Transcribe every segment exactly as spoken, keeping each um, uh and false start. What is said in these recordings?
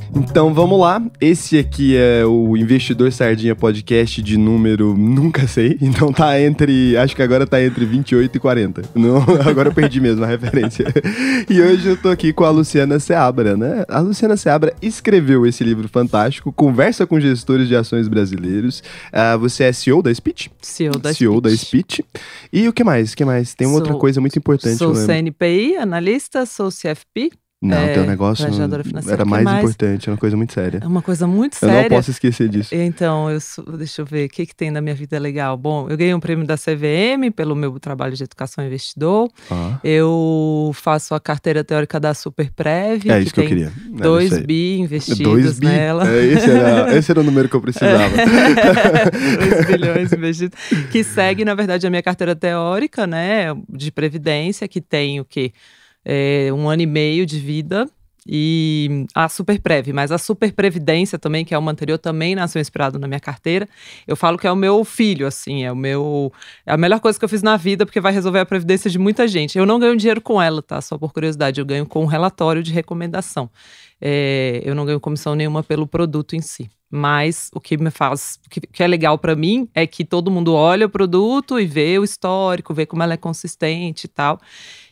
Então vamos lá, esse aqui é o Investidor Sardinha Podcast de número nunca sei, então tá entre, acho que agora tá entre vinte e oito e quarenta, não, agora eu perdi mesmo a referência. E hoje eu tô aqui com a Luciana Seabra, né? A Luciana Seabra escreveu esse livro fantástico, Conversa com Gestores de Ações Brasileiros. Uh, você é C E O da Speech? C E O da C E O Speech. da Speech. E o que mais? O que mais? Tem uma Sou, outra coisa muito importante. Sou C N P I, analista, sou C F P. Não, é, teu negócio era mais, mais importante, é uma coisa muito séria. É uma coisa muito séria. Eu não posso esquecer disso. Então, eu sou, deixa eu ver, o que, que tem na minha vida legal? Bom, eu ganhei um prêmio da C V M pelo meu trabalho de educação investidor. Ah. Eu faço a carteira teórica da Superprev. É isso que, que eu queria. dois bi investidos dois bi? nela. É, esse, era, esse era o número que eu precisava. dois bilhões investidos. Que segue, na verdade, a minha carteira teórica, né, de previdência, que tem o quê? É, um ano e meio de vida, e a Superprev, mas a Superprevidência também, que é uma anterior, também nasceu inspirado na minha carteira. Eu falo que é o meu filho, assim, é o meu é a melhor coisa que eu fiz na vida, porque vai resolver a previdência de muita gente. Eu não ganho dinheiro com ela, tá? Só por curiosidade, eu ganho com um relatório de recomendação. É, eu não ganho comissão nenhuma pelo produto em si. Mas o que me faz, o que, que é legal para mim é que todo mundo olha o produto e vê o histórico, vê como ela é consistente e tal.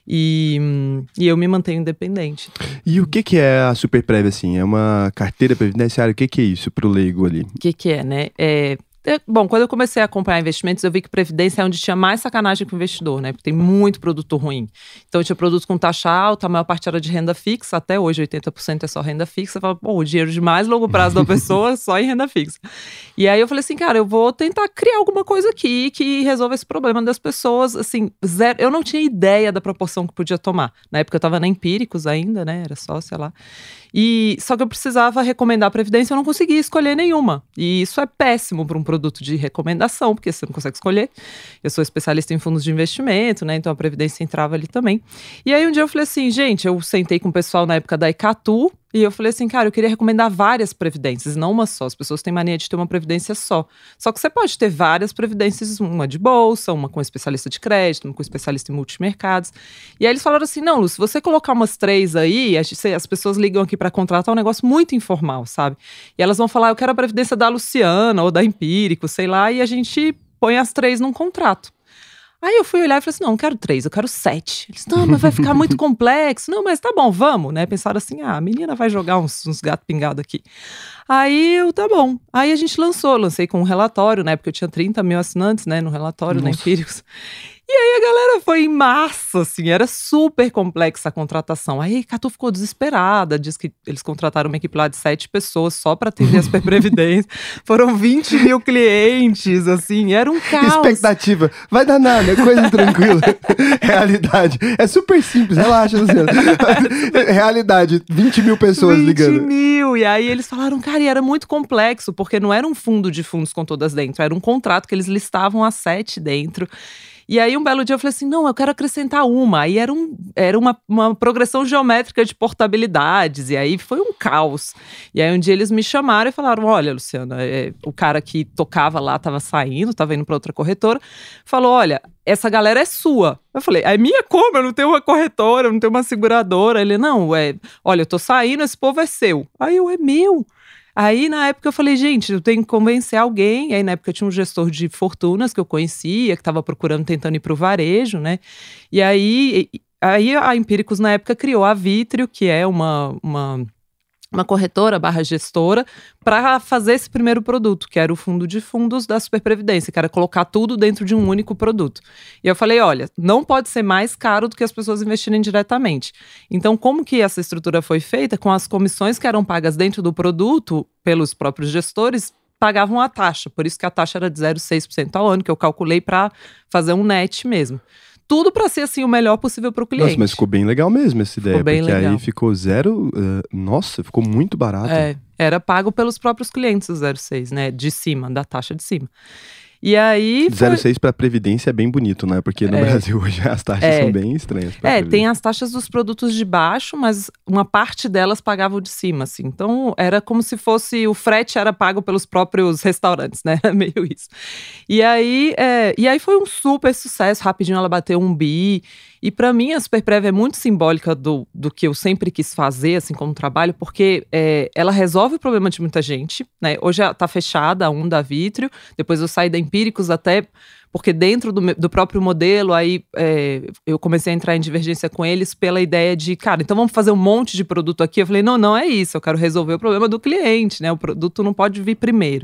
E, e eu me mantenho independente. E o que, que é a Superprev, assim? É uma carteira previdenciária? O que, que é isso pro leigo ali? O que, que é, né? É... Bom, quando eu comecei a acompanhar investimentos, eu vi que previdência é onde tinha mais sacanagem com o investidor, né? Porque tem muito produto ruim. Então, tinha produtos com taxa alta, a maior parte era de renda fixa, até hoje oitenta por cento é só renda fixa. Eu falo, pô, o dinheiro de mais longo prazo da pessoa só em renda fixa. E aí eu falei assim, cara, eu vou tentar criar alguma coisa aqui que resolva esse problema das pessoas, assim, zero. Eu não tinha ideia da proporção que podia tomar. Na época eu tava na Empíricos ainda, né? Era só, sei lá. E, só que eu precisava recomendar a previdência, eu não conseguia escolher nenhuma. E isso é péssimo para um produto de recomendação, porque você não consegue escolher. Eu sou especialista em fundos de investimento, né? Então a previdência entrava ali também. E aí um dia eu falei assim, gente, eu sentei com o pessoal na época da Icatu, e eu falei assim, cara, eu queria recomendar várias previdências, não uma só. As pessoas têm mania de ter uma previdência só. Só que você pode ter várias previdências, uma de bolsa, uma com especialista de crédito, uma com especialista em multimercados. E aí eles falaram assim, não, Lu, se você colocar umas três aí, as pessoas ligam aqui para contratar um negócio muito informal, sabe? E elas vão falar, eu quero a previdência da Luciana ou da Empírico, sei lá, e a gente põe as três num contrato. Aí eu fui olhar e falei assim, não, não quero três, eu quero sete. Eles, não, mas vai ficar muito complexo. Não, mas tá bom, vamos, né? Pensaram assim, ah, a menina vai jogar uns, uns gatos pingados aqui. Aí eu, tá bom. Aí a gente lançou, lancei com um relatório, né? Porque eu tinha trinta mil assinantes, né? No relatório, na Empíricos. E aí a galera foi em massa, assim, era super complexa a contratação. Aí a Catu ficou desesperada, disse que eles contrataram uma equipe lá de sete pessoas só para atender as previdências. Foram vinte mil clientes, assim, era um caos. Expectativa, vai dar nada, é coisa tranquila. Realidade, é super simples, relaxa, Luciana. Realidade, vinte mil pessoas ligando. vinte mil, e aí eles falaram, cara, e era muito complexo, porque não era um fundo de fundos com todas dentro, era um contrato que eles listavam as sete dentro. E aí, um belo dia, eu falei assim, não, eu quero acrescentar uma. Aí era, um, era uma, uma progressão geométrica de portabilidades, e aí foi um caos. E aí, um dia, eles me chamaram e falaram, olha, Luciana, é, o cara que tocava lá estava saindo, estava indo para outra corretora, falou, olha, essa galera é sua. Eu falei, é minha como? Eu não tenho uma corretora, eu não tenho uma seguradora. Ele, não, é, olha, eu tô saindo, esse povo é seu. Aí eu, é meu. Aí, na época, eu falei, gente, eu tenho que convencer alguém. Aí, na época, eu tinha um gestor de fortunas que eu conhecia, que estava procurando, tentando ir para o varejo, né? E aí, aí, a Empíricos, na época, criou a Vitrio, que é uma... uma uma corretora barra gestora, para fazer esse primeiro produto, que era o fundo de fundos da Superprevidência, que era colocar tudo dentro de um único produto. E eu falei, olha, não pode ser mais caro do que as pessoas investirem diretamente. Então, como que essa estrutura foi feita? Com as comissões que eram pagas dentro do produto, pelos próprios gestores, pagavam a taxa. Por isso que a taxa era de zero vírgula seis por cento ao ano, que eu calculei para fazer um net mesmo. Tudo para ser assim o melhor possível para o cliente. Nossa, mas ficou bem legal mesmo essa ideia, ficou bem porque legal. Aí ficou zero, uh, nossa, ficou muito barato. É, era pago pelos próprios clientes o zero vírgula seis, né, de cima, da taxa de cima. E aí... zero vírgula seis para Previdência é bem bonito, né? Porque no é. Brasil hoje as taxas é. são bem estranhas. É, tem as taxas dos produtos de baixo, mas uma parte delas pagava o de cima, assim. Então, era como se fosse... O frete era pago pelos próprios restaurantes, né? Era meio isso. E aí, é, e aí foi um super sucesso. Rapidinho ela bateu um bi. E para mim a Superprev é muito simbólica do, do que eu sempre quis fazer, assim, como trabalho, porque é, ela resolve o problema de muita gente, né? Hoje está fechada a um da Vitrio, depois eu saí da Empíricos até porque dentro do, do próprio modelo, aí é, eu comecei a entrar em divergência com eles pela ideia de, cara, então vamos fazer um monte de produto aqui. Eu falei, não, não é isso, eu quero resolver o problema do cliente, né? O produto não pode vir primeiro.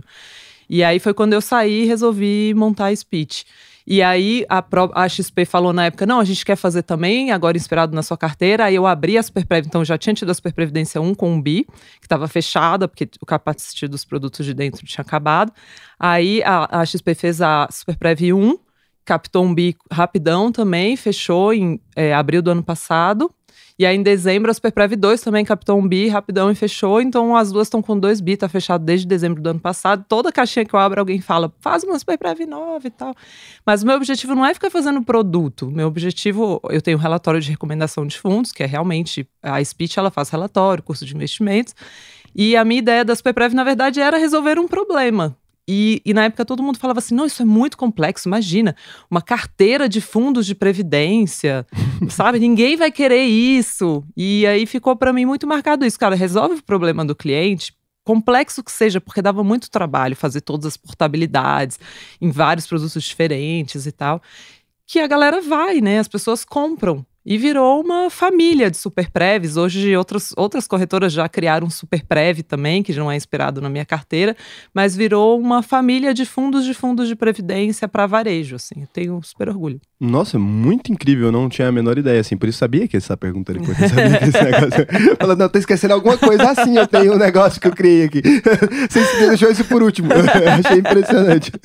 E aí foi quando eu saí e resolvi montar a Speech. E aí a, a X P falou na época, não, a gente quer fazer também, agora inspirado na sua carteira. Aí eu abri a Superprev, então eu já tinha tido a Superprevidência um com um bi, que estava fechada, porque o capacity dos produtos de dentro tinha acabado. Aí a, a X P fez a Superprev um, captou um bi rapidão também, fechou em é, abril do ano passado. E aí, em dezembro, a Superprev dois também captou um bi rapidão e fechou. Então, as duas estão com dois bi, tá fechado desde dezembro do ano passado. Toda caixinha que eu abro, alguém fala, faz uma Superprev nova e tal. Mas o meu objetivo não é ficar fazendo produto. Meu objetivo, eu tenho um relatório de recomendação de fundos, que é realmente, a Speech, ela faz relatório, curso de investimentos. E a minha ideia da Superprev, na verdade, era resolver um problema. E, e na época todo mundo falava assim, não, isso é muito complexo, imagina, uma carteira de fundos de previdência, sabe, ninguém vai querer isso. E aí ficou para mim muito marcado isso, cara, resolve o problema do cliente, complexo que seja, porque dava muito trabalho fazer todas as portabilidades em vários produtos diferentes e tal, que a galera vai, né, as pessoas compram. E virou uma família de Superprevs. Hoje outras, outras corretoras já criaram um Superprev também, que não é inspirado na minha carteira, mas virou uma família de fundos de fundos de previdência para varejo, assim. Eu tenho super orgulho. Nossa, muito incrível, eu não tinha a menor ideia, assim, por isso sabia que essa pergunta era importante, sabia que esse negócio... Falando, não, tô esquecendo alguma coisa, assim, eu tenho um negócio que eu criei aqui. Você deixou isso por último, achei impressionante.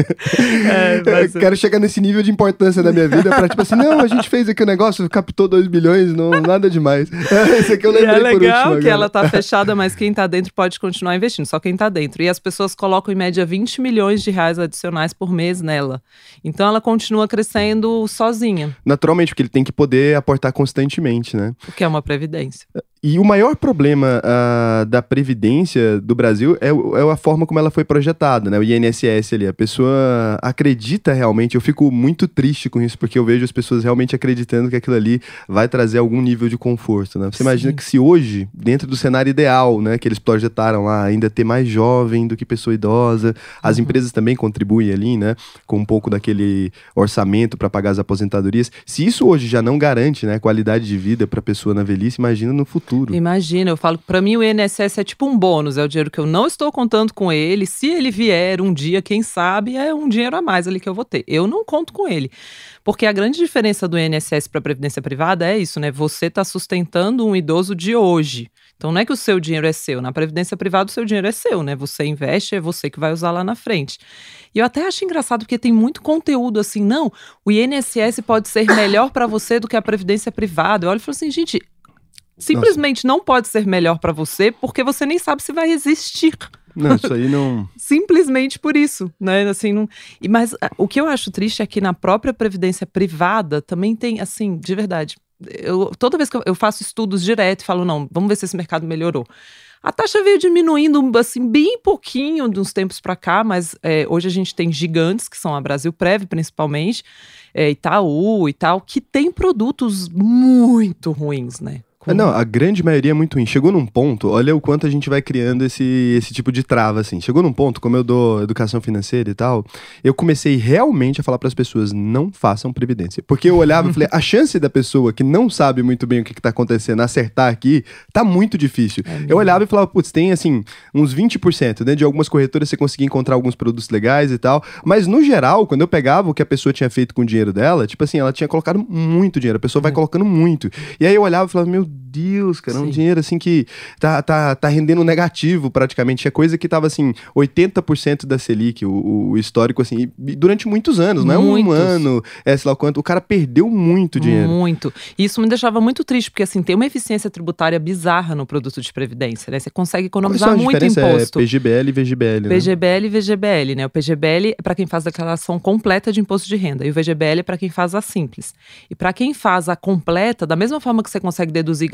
É, mas... Eu quero chegar nesse nível de importância da minha vida pra, tipo assim, não, a gente fez aqui o um negócio, captou dois bilhões, não, nada demais. Esse aqui eu lembrei por último. E é legal que agora. ela tá fechada, mas quem tá dentro pode continuar investindo, só quem tá dentro. E as pessoas colocam em média vinte milhões de reais adicionais por mês nela. Então ela continua crescendo sozinha. Naturalmente, porque ele tem que poder aportar constantemente, né? Porque é uma previdência. E o maior problema uh, da Previdência do Brasil é, é a forma como ela foi projetada, né? O I N S S ali. A pessoa acredita realmente, eu fico muito triste com isso, porque eu vejo as pessoas realmente acreditando que aquilo ali vai trazer algum nível de conforto, né? Você Sim. imagina que se hoje, dentro do cenário ideal, né, que eles projetaram lá, ainda ter mais jovem do que pessoa idosa, as uhum. empresas também contribuem ali, né, com um pouco daquele orçamento para pagar as aposentadorias. Se isso hoje já não garante, né, qualidade de vida para a pessoa na velhice, imagina no futuro. Imagina, eu falo que para mim o I N S S é tipo um bônus, é o dinheiro que eu não estou contando com ele, se ele vier um dia, quem sabe, é um dinheiro a mais ali que eu vou ter. Eu não conto com ele, porque a grande diferença do I N S S para a Previdência Privada é isso, né? Você está sustentando um idoso de hoje. Então não é que o seu dinheiro é seu, na Previdência Privada o seu dinheiro é seu, né? Você investe, é você que vai usar lá na frente. E eu até acho engraçado porque tem muito conteúdo assim, não, o I N S S pode ser melhor para você do que a Previdência Privada. Eu olho e falo assim, gente... Simplesmente Nossa. Não pode ser melhor para você porque você nem sabe se vai existir. Não, isso aí não... Simplesmente por isso, né? Assim, não... e, mas o que eu acho triste é que na própria previdência privada também tem, assim, de verdade, eu, toda vez que eu, eu faço estudos direto e falo, não, vamos ver se esse mercado melhorou. A taxa veio diminuindo, assim, bem pouquinho de uns tempos para cá, mas é, hoje a gente tem gigantes, que são a Brasilprev, principalmente, é, Itaú e tal, que tem produtos muito ruins, né? Ah, não, a grande maioria é muito ruim. Chegou num ponto, olha o quanto a gente vai criando esse, esse tipo de trava, assim. Chegou num ponto, como eu dou educação financeira e tal, eu comecei realmente a falar para as pessoas, não façam previdência. Porque eu olhava e falei, a chance da pessoa que não sabe muito bem o que, que tá acontecendo acertar aqui, tá muito difícil. É eu olhava e falava, putz, tem assim, uns vinte por cento, né? De algumas corretoras você conseguia encontrar alguns produtos legais e tal. Mas no geral, quando eu pegava o que a pessoa tinha feito com o dinheiro dela, tipo assim, ela tinha colocado muito dinheiro. A pessoa vai é. colocando muito. E aí eu olhava e falava, meu Deus, cara, é um dinheiro assim que tá, tá, tá rendendo negativo praticamente. Tinha coisa que tava assim, oitenta por cento da Selic, o, o histórico assim, durante muitos anos, não é um ano, é sei lá quanto. O cara perdeu muito dinheiro. Muito. E isso me deixava muito triste, porque assim, tem uma eficiência tributária bizarra no produto de previdência, né? Você consegue economizar muito imposto. É P G B L e V G B L, né? P G B L e V G B L, né? O P G B L é para quem faz a declaração completa de imposto de renda e o V G B L é para quem faz a simples. E para quem faz a completa, da mesma forma que você consegue deduzir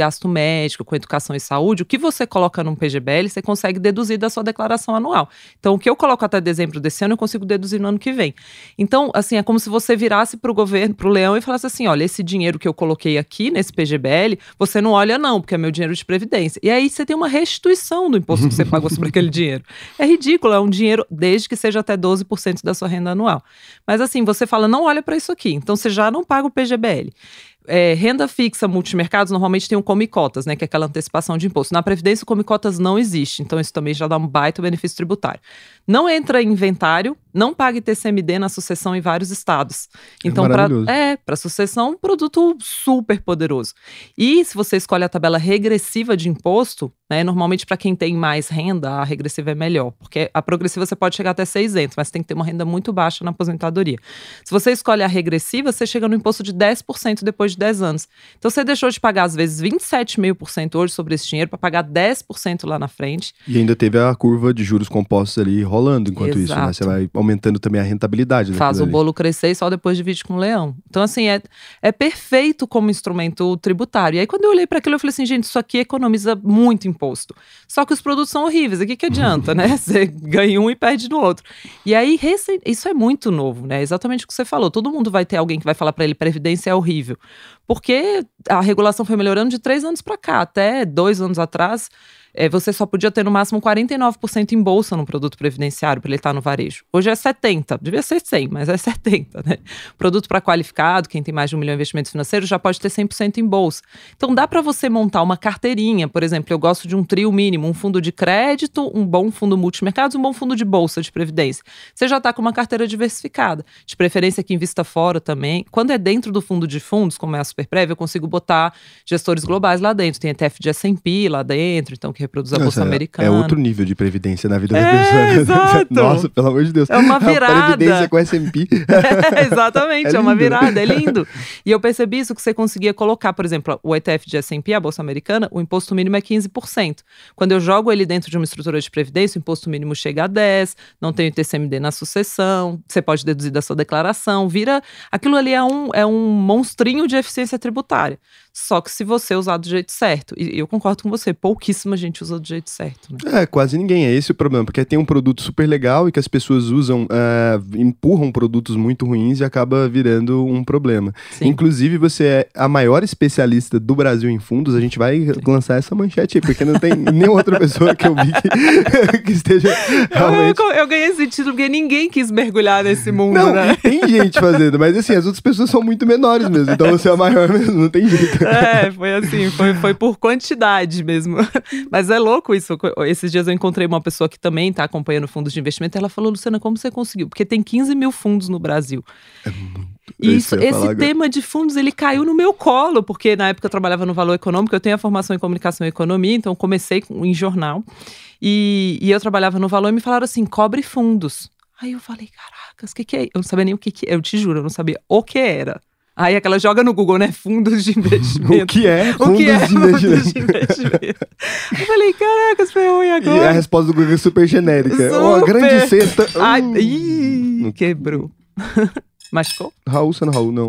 gasto médico, com educação e saúde, o que você coloca num P G B L, você consegue deduzir da sua declaração anual. Então, o que eu coloco até dezembro desse ano, eu consigo deduzir no ano que vem. Então, assim, é como se você virasse para o governo, para o Leão e falasse assim, olha, esse dinheiro que eu coloquei aqui nesse P G B L, você não olha não, porque é meu dinheiro de previdência. E aí você tem uma restituição do imposto que você pagou sobre aquele dinheiro. É ridículo, é um dinheiro, desde que seja até doze por cento da sua renda anual. Mas assim, você fala, não olha para isso aqui, então você já não paga o P G B L. É, renda fixa multimercados normalmente tem um come cotas, né, que é aquela antecipação de imposto. Na Previdência o come cotas não existe, então isso também já dá um baita benefício tributário. Não entra em inventário, não paga I T C M D na sucessão em vários estados. Então, para é, para sucessão, um produto super poderoso. E se você escolhe a tabela regressiva de imposto, né, normalmente para quem tem mais renda, a regressiva é melhor, porque a progressiva você pode chegar até ser isento, mas tem que ter uma renda muito baixa na aposentadoria. Se você escolhe a regressiva, você chega no imposto de dez por cento depois de dez anos. Então você deixou de pagar às vezes vinte e sete vírgula cinco por cento hoje sobre esse dinheiro para pagar dez por cento lá na frente. E ainda teve a curva de juros compostos ali rolando enquanto Exato. Isso, né? Você vai aumentando também a rentabilidade. Faz o bolo crescer e só depois divide com o leão. Então assim, é, é perfeito como instrumento tributário. E aí quando eu olhei para aquilo eu falei assim, gente, isso aqui economiza muito imposto. Só que os produtos são horríveis. O que que adianta, né? Você ganha um e perde no outro. E aí, isso é muito novo, né? Exatamente o que você falou. Todo mundo vai ter alguém que vai falar para ele, previdência é horrível. Porque a regulação foi melhorando de três anos para cá. Até dois anos atrás, é, você só podia ter no máximo quarenta e nove por cento em bolsa no produto previdenciário para ele estar no varejo. Hoje é setenta por cento, devia ser cem por cento, mas é setenta por cento, né? Produto para qualificado, quem tem mais de um milhão de investimentos financeiros já pode ter cem por cento em bolsa. Então dá para você montar uma carteirinha, por exemplo, eu gosto de um trio mínimo, um fundo de crédito, um bom fundo multimercados, um bom fundo de bolsa de previdência. Você já está com uma carteira diversificada, de preferência que invista fora também. Quando é dentro do fundo de fundos, como é a Superprev, eu consigo botar gestores globais lá dentro, tem E T F de S and P lá dentro, então que reproduz a Nossa, bolsa é, americana. É outro nível de previdência na vida é, da pessoa. Exato. Nossa, pelo amor de Deus. É uma virada. A previdência com S and P. É, exatamente, é, é uma virada, é lindo. E eu percebi isso que você conseguia colocar, por exemplo, o E T F de S and P, a bolsa americana, o imposto mínimo é quinze por cento. Quando eu jogo ele dentro de uma estrutura de previdência, o imposto mínimo chega a dez por cento, não tem o I T C M D na sucessão, você pode deduzir da sua declaração, vira... Aquilo ali é um, é um monstrinho de eficiência tributária. Só que se você usar do jeito certo, e eu concordo com você, pouquíssima gente usa do jeito certo. Né? É, quase ninguém, é esse o problema, porque tem um produto super legal e que as pessoas usam, uh, empurram produtos muito ruins e acaba virando um problema. Sim. Inclusive, você é a maior especialista do Brasil em fundos, a gente vai Sim. lançar essa manchete aí, porque não tem nenhuma outra pessoa que eu vi que, que esteja realmente... Eu, eu ganhei esse título porque ninguém quis mergulhar nesse mundo, não, né? Tem gente fazendo, mas assim, as outras pessoas são muito menores mesmo, então você é a maior mesmo, não tem jeito. É, foi assim, foi, foi por quantidade mesmo. Mas é louco isso. Esses dias eu encontrei uma pessoa que também está acompanhando fundos de investimento e ela falou, Luciana, como você conseguiu? Porque tem quinze mil fundos no Brasil. É muito. E isso, esse tema de fundos, ele caiu no meu colo, porque na época eu trabalhava no Valor Econômico, eu tenho a formação em Comunicação e Economia, então comecei em jornal. E, e eu trabalhava no Valor e me falaram assim, cobre fundos. Aí eu falei, caracas, o que que é? Eu não sabia nem o que que é, eu te juro, eu não sabia o que era. Aí aquela joga no Google, né? Fundos de investimento. O que é? Fundos, o que é de, fundos investimento? de investimento? Eu falei, caracas, ferrou, e agora? E a resposta do Google é super genérica. Super. Ó, oh, grande cesta. Ai, hum. Ih, quebrou. Machucou? Raul, você não Raul, não.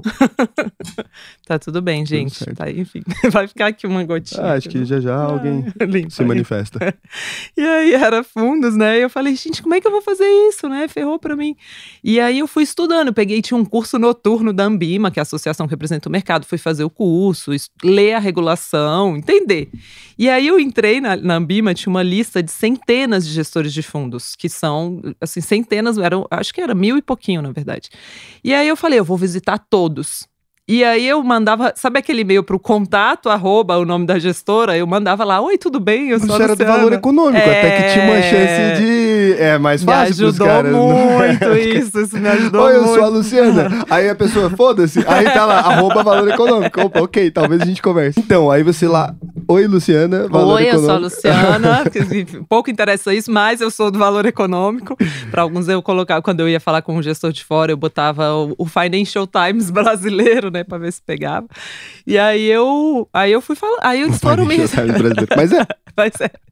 Tá tudo bem, gente. Tudo tá, enfim, vai ficar aqui uma gotinha. Ah, acho que já já ah, alguém limpa, se manifesta. E aí era fundos, né? E eu falei, gente, como é que eu vou fazer isso, né? Ferrou pra mim. E aí eu fui estudando, eu peguei, tinha um curso noturno da Ambima, que é a associação que representa o mercado, fui fazer o curso, ler a regulação, entender. E aí eu entrei na, na Ambima, tinha uma lista de centenas de gestores de fundos, que são, assim, centenas, eram, acho que era mil e pouquinho, na verdade. E aí eu falei, eu vou visitar todos. E aí eu mandava, sabe aquele e-mail pro contato, arroba, o nome da gestora? Eu mandava lá, oi, tudo bem? Eu sou a Luciana. Isso era do Valor Econômico, é... até que tinha uma chance de... É mais fácil pros caras. Me ajudou muito isso, isso me ajudou oi, muito. Oi, eu sou a Luciana. Aí a pessoa, foda-se, aí tá lá, arroba Valor Econômico. Opa, ok, talvez a gente converse. Então, aí você lá, oi, Luciana, Valor oi, Econômico. Oi, eu sou a Luciana, pouco interessa isso, mas eu sou do Valor Econômico. Para alguns eu colocava, quando eu ia falar com um gestor de fora, eu botava o, o Financial Times brasileiro, né, pra ver se pegava. E aí eu, aí eu fui falar, aí eles foram me... Mas é. Mas é.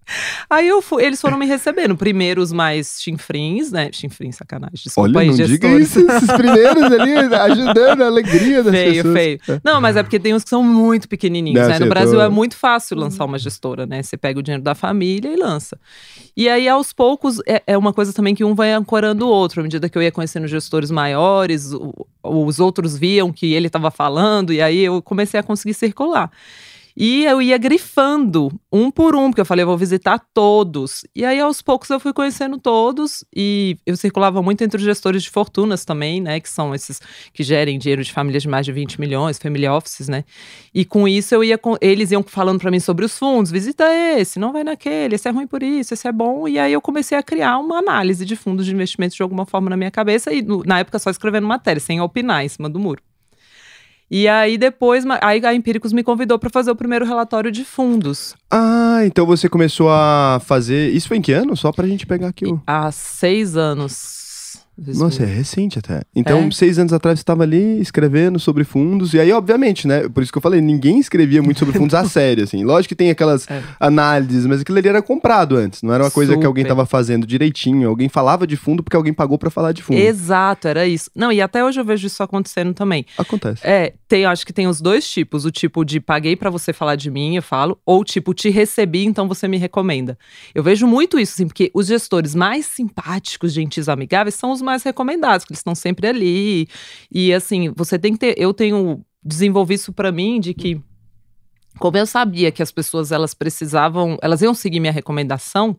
Aí eu fui, eles foram me recebendo. Primeiro os mais chinfrins, né? Chinfrins, sacanagem. Desculpa Olha, aí, não gestores. diga isso, esses primeiros ali, ajudando a alegria das feio, pessoas. Feio, feio. Não, mas é porque tem uns que são muito pequenininhos, Não, né? sei, No Brasil tô... é muito fácil lançar uma gestora, né? Você pega o dinheiro da família e lança. E aí, aos poucos, é, é uma coisa também que um vai ancorando o outro. À medida que eu ia conhecendo gestores maiores, o, os outros viam que ele estava falando, e aí eu comecei a conseguir circular. E eu ia grifando um por um, porque eu falei, eu vou visitar todos. E aí, aos poucos, eu fui conhecendo todos. E eu circulava muito entre os gestores de fortunas também, né? Que são esses que gerem dinheiro de famílias de mais de vinte milhões, family offices, né? E com isso, eu ia com, eles iam falando para mim sobre os fundos. Visita esse, não vai naquele, esse é ruim por isso, esse é bom. E aí, eu comecei a criar uma análise de fundos de investimentos de alguma forma na minha cabeça. E na época, só escrevendo matéria, sem opinar em cima do muro. E aí depois, aí a Empíricos me convidou para fazer o primeiro relatório de fundos. Ah, então você começou a fazer... Isso foi em que ano? Só pra gente pegar aqui o... Há seis anos. Nossa, é recente até. Então, é? seis anos atrás você estava ali escrevendo sobre fundos. E aí, obviamente, né? Por isso que eu falei, ninguém escrevia muito sobre fundos a sério, assim. Lógico que tem aquelas é. análises, mas aquilo ali era comprado antes. Não era uma coisa Super. que alguém estava fazendo direitinho. Alguém falava de fundo porque alguém pagou para falar de fundo. Exato, era isso. Não, e até hoje eu vejo isso acontecendo também. Acontece. É, tem, acho que tem os dois tipos. O tipo de paguei para você falar de mim, eu falo. Ou tipo, te recebi, então você me recomenda. Eu vejo muito isso, assim, porque os gestores mais simpáticos, gentis, amigáveis, são os mais recomendados, que eles estão sempre ali. E assim, você tem que ter... Eu tenho desenvolvido isso para mim, de que como eu sabia que as pessoas, elas precisavam... Elas iam seguir minha recomendação...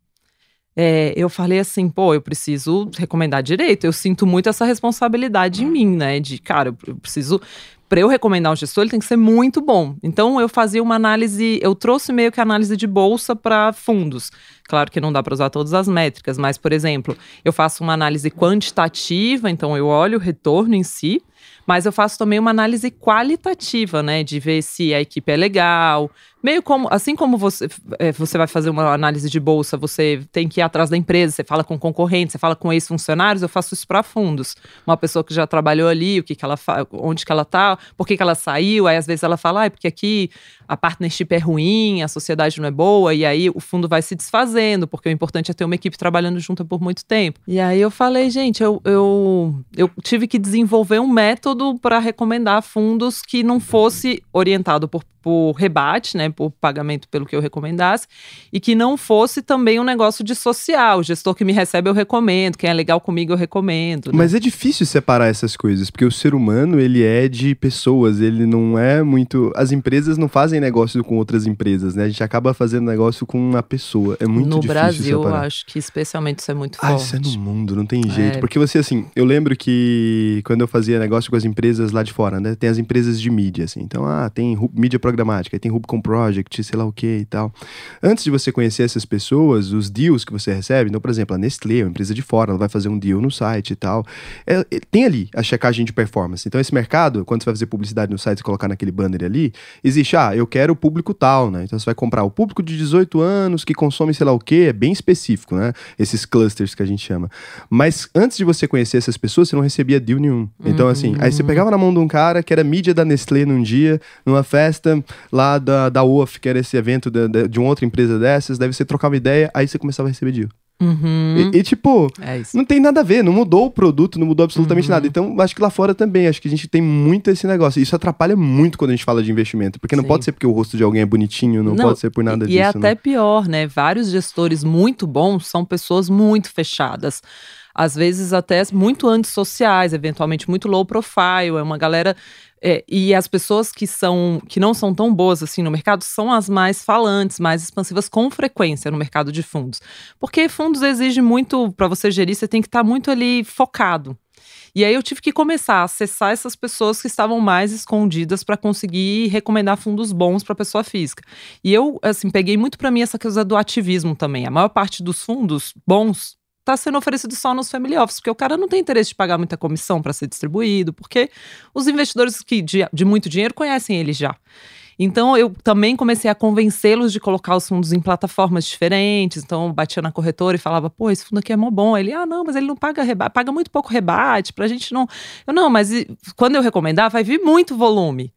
É, eu falei assim, pô, eu preciso recomendar direito. Eu sinto muito essa responsabilidade em mim, né? De, cara, eu preciso... Para eu recomendar um gestor, ele tem que ser muito bom. Então, eu fazia uma análise... Eu trouxe meio que análise de bolsa para fundos. Claro que não dá para usar todas as métricas, mas, por exemplo, eu faço uma análise quantitativa, então eu olho o retorno em si, mas eu faço também uma análise qualitativa, né? De ver se a equipe é legal... Meio como, assim como você, é, você vai fazer uma análise de bolsa, você tem que ir atrás da empresa, você fala com concorrentes, você fala com ex-funcionários, eu faço isso para fundos. Uma pessoa que já trabalhou ali, o que que ela fa- onde que ela tá, por que que ela saiu, aí às vezes ela fala, ah, é porque aqui a partnership é ruim, a sociedade não é boa, e aí o fundo vai se desfazendo, porque o importante é ter uma equipe trabalhando junta por muito tempo. E aí eu falei, gente, eu, eu, eu tive que desenvolver um método para recomendar fundos que não fosse orientado por, por rebate, né, por pagamento pelo que eu recomendasse, e que não fosse também um negócio dissociar. O gestor que me recebe eu recomendo, quem é legal comigo eu recomendo. Né? Mas é difícil separar essas coisas, porque o ser humano, ele é de pessoas, ele não é muito... As empresas não fazem negócio com outras empresas, né? A gente acaba fazendo negócio com uma pessoa, é muito no difícil Brasil, separar. eu acho que especialmente isso é muito ah, forte. isso é no mundo, não tem jeito. É. Porque você, assim, eu lembro que quando eu fazia negócio com as empresas lá de fora, né? Tem as empresas de mídia, assim. Então, ah, tem mídia programática, aí tem Rubicon Project, sei lá o que e tal. Antes de você conhecer essas pessoas, os deals que você recebe, então, por exemplo, a Nestlé, uma empresa de fora, ela vai fazer um deal no site e tal. É, é, tem ali a checagem de performance. Então, esse mercado, quando você vai fazer publicidade no site e colocar naquele banner ali, existe, ah, eu quero o público tal, né? Então, você vai comprar o público de dezoito anos, que consome sei lá o que, é bem específico, né? Esses clusters que a gente chama. Mas antes de você conhecer essas pessoas, você não recebia deal nenhum. Então, uhum. assim, aí você pegava na mão de um cara que era mídia da Nestlé num dia, numa festa lá da, da O F, que era esse evento de, de, de uma outra empresa dessas, daí você trocava ideia, aí você começava a receber deal. Uhum. E, e tipo, é não tem nada a ver, não mudou o produto, não mudou absolutamente uhum. nada. Então, acho que lá fora também, acho que a gente tem muito esse negócio. Isso atrapalha muito quando a gente fala de investimento, porque não Sim. pode ser porque o rosto de alguém é bonitinho, não, não pode ser por nada e disso. E é até né? pior, né? Vários gestores muito bons são pessoas muito fechadas. Às vezes até muito antissociais, eventualmente muito low profile, é uma galera... É, e as pessoas que, são, que não são tão boas assim no mercado são as mais falantes, mais expansivas com frequência no mercado de fundos. Porque fundos exige muito, para você gerir, você tem que estar muito ali focado. E aí eu tive que começar a acessar essas pessoas que estavam mais escondidas para conseguir recomendar fundos bons para pessoa física. E eu, assim, peguei muito para mim essa coisa do ativismo também. A maior parte dos fundos bons está sendo oferecido só nos family office, porque o cara não tem interesse de pagar muita comissão para ser distribuído, porque os investidores que de, de muito dinheiro conhecem ele já. Então, eu também comecei a convencê-los de colocar os fundos em plataformas diferentes. Então, eu batia na corretora e falava, pô, esse fundo aqui é mó bom. Ele, ah, não, mas ele não paga rebate, paga muito pouco rebate, pra gente não... Eu, não, mas quando eu recomendar, vai vir muito volume.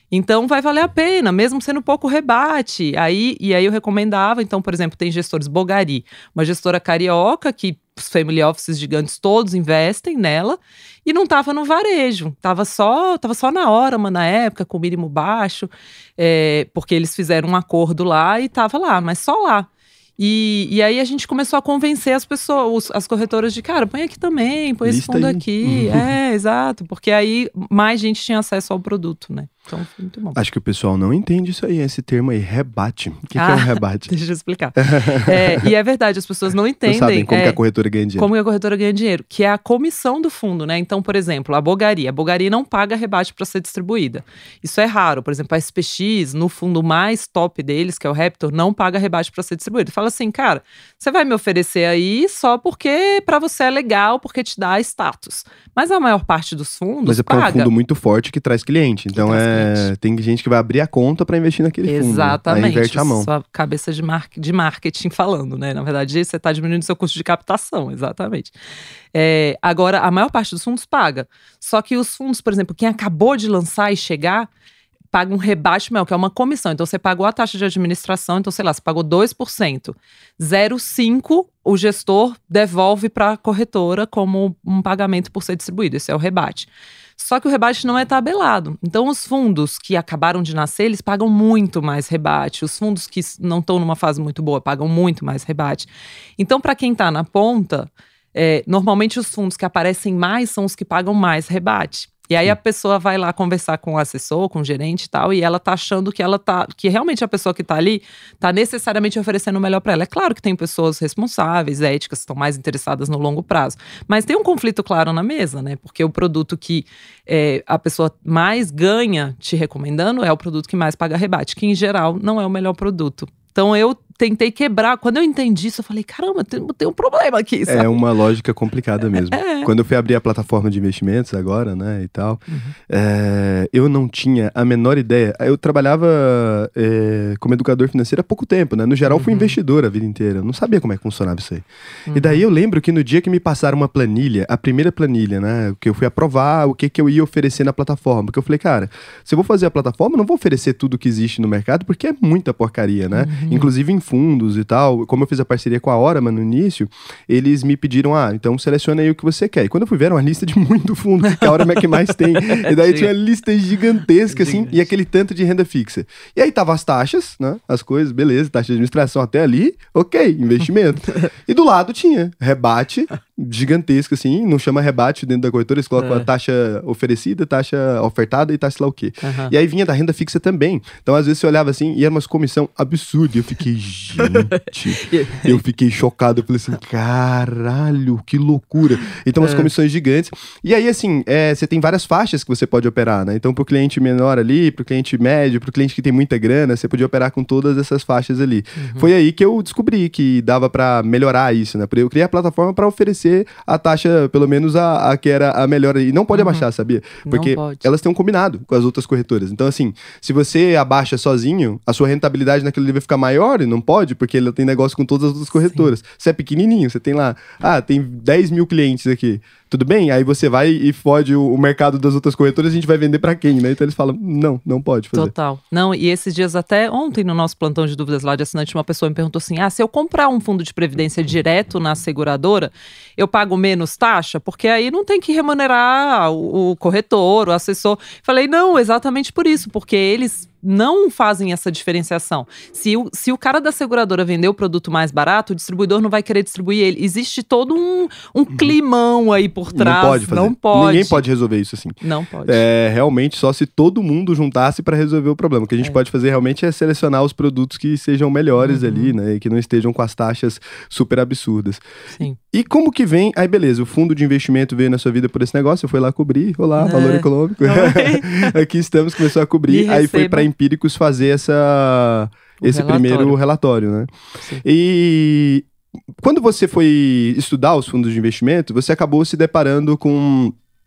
Então vai valer a pena, mesmo sendo pouco rebate. Aí, e aí eu recomendava, então, por exemplo, tem gestores Bogari, uma gestora carioca que os family offices gigantes todos investem nela e não estava no varejo, estava só, tava só na Orama na época, com o mínimo baixo, é, porque eles fizeram um acordo lá e estava lá, mas só lá. E, e aí a gente começou a convencer as pessoas, as corretoras de, cara, põe aqui também, põe esse fundo aqui. É, exato, porque aí mais gente tinha acesso ao produto, né? Então foi muito bom. Acho que o pessoal não entende isso aí, esse termo aí, rebate. O que, ah, que é um rebate? Deixa eu explicar. é, e é verdade, as pessoas não entendem. Não sabem como é, que a corretora ganha dinheiro. Como que a corretora ganha dinheiro, que é a comissão do fundo, né? Então, por exemplo, a Bogari. A Bogari não paga rebate para ser distribuída. Isso é raro. Por exemplo, a S P X, no fundo mais top deles, que é o Raptor, não paga rebate para ser distribuído. Fala assim, cara, você vai me oferecer aí só porque para você é legal, porque te dá status. Mas a maior parte dos fundos Mas é porque paga. é um fundo muito forte que traz cliente. Então traz é cliente. Tem gente que vai abrir a conta para investir naquele fundo. Exatamente. Aí inverte a mão. Sua cabeça de, mar de marketing falando, né? Na verdade, você está diminuindo seu custo de captação, exatamente. É, agora, a maior parte dos fundos paga. Só que os fundos, por exemplo, quem acabou de lançar e chegar, paga um rebate maior, que é uma comissão. Então, você pagou a taxa de administração, então, sei lá, você pagou dois por cento. zero vírgula cinco por cento o gestor devolve para a corretora como um pagamento por ser distribuído. Esse é o rebate. Só que o rebate não é tabelado. Então, os fundos que acabaram de nascer, eles pagam muito mais rebate. Os fundos que não estão numa fase muito boa pagam muito mais rebate. Então, para quem está na ponta, é, normalmente os fundos que aparecem mais são os que pagam mais rebate. E aí a pessoa vai lá conversar com o assessor, com o gerente e tal, e ela tá achando que ela tá, que realmente a pessoa que tá ali tá necessariamente oferecendo o melhor para ela. É claro que tem pessoas responsáveis, éticas, que estão mais interessadas no longo prazo, mas tem um conflito claro na mesa, né? Porque o produto que é, a pessoa mais ganha te recomendando é o produto que mais paga rebate, que em geral não é o melhor produto. Então eu tentei quebrar. Quando eu entendi isso, eu falei, caramba, tem, tem um problema aqui, sabe? É uma lógica complicada mesmo. É. Quando eu fui abrir a plataforma de investimentos agora, né, e tal, uhum. é, eu não tinha a menor ideia. Eu trabalhava é, como educador financeiro há pouco tempo, né? No geral, uhum. fui investidor a vida inteira. Eu não sabia como é que funcionava isso aí. Uhum. E daí eu lembro que no dia que me passaram uma planilha, a primeira planilha, né, que eu fui aprovar o que, que eu ia oferecer na plataforma, porque eu falei, cara, se eu vou fazer a plataforma, eu não vou oferecer tudo que existe no mercado, porque é muita porcaria, né? Uhum. Inclusive em fundos e tal, como eu fiz a parceria com a Orama no início, eles me pediram, ah, então seleciona aí o que você quer. E quando eu fui ver, era uma lista de muito fundo, que a Orama é que mais tem. E daí tinha uma lista gigantesca, assim, e aquele tanto de renda fixa. E aí tava as taxas, né, as coisas, beleza, taxa de administração até ali, ok, investimento. E do lado tinha rebate, gigantesco, assim, não chama rebate dentro da corretora, eles colocam é. a taxa oferecida, taxa ofertada e taxa sei lá o quê. Uhum. E aí vinha da renda fixa também. Então, às vezes, você olhava assim, e era umas comissão absurda. Eu fiquei, gente, eu fiquei chocado. Eu falei assim, caralho, que loucura. Então, umas é. comissões gigantes. E aí, assim, é, você tem várias faixas que você pode operar, né? Então, pro cliente menor ali, pro cliente médio, pro cliente que tem muita grana, você podia operar com todas essas faixas ali. Uhum. Foi aí que eu descobri que dava pra melhorar isso, né? Eu criei a plataforma pra oferecer a taxa, pelo menos a, a que era a melhor. E não pode uhum. abaixar, sabia? Porque elas têm um combinado com as outras corretoras. Então, assim, se você abaixa sozinho, a sua rentabilidade naquele nível vai ficar maior, e não pode, porque ela tem negócio com todas as outras corretoras. Sim. Você é pequenininho, você tem lá, ah, tem dez mil clientes aqui. Tudo bem? Aí você vai e fode o, o mercado das outras corretoras, a gente vai vender pra quem, né? Então eles falam, não, não pode fazer. Total. Não, e esses dias até, ontem no nosso plantão de dúvidas lá de assinante, uma pessoa me perguntou assim, ah, se eu comprar um fundo de previdência direto na seguradora, eu pago menos taxa? Porque aí não tem que remunerar o, o corretor, o assessor. Falei, não, exatamente por isso, porque eles não fazem essa diferenciação. Se o, se o cara da seguradora vender o produto mais barato, o distribuidor não vai querer distribuir ele. Existe todo um, um climão aí por trás. Não pode fazer. Não pode. Ninguém pode resolver isso assim. Não pode. É realmente só se todo mundo juntasse para resolver o problema. O que a gente é. pode fazer realmente é selecionar os produtos que sejam melhores uhum. ali, né? E que não estejam com as taxas super absurdas. Sim. E como que vem? Aí beleza, o fundo de investimento veio na sua vida por esse negócio, você foi lá cobrir, olá, é. valor econômico. Aqui estamos, começou a cobrir, aí foi para Empíricos fazer essa, esse relatório. primeiro relatório, né? Sim. E quando você foi estudar os fundos de investimento, você acabou se deparando com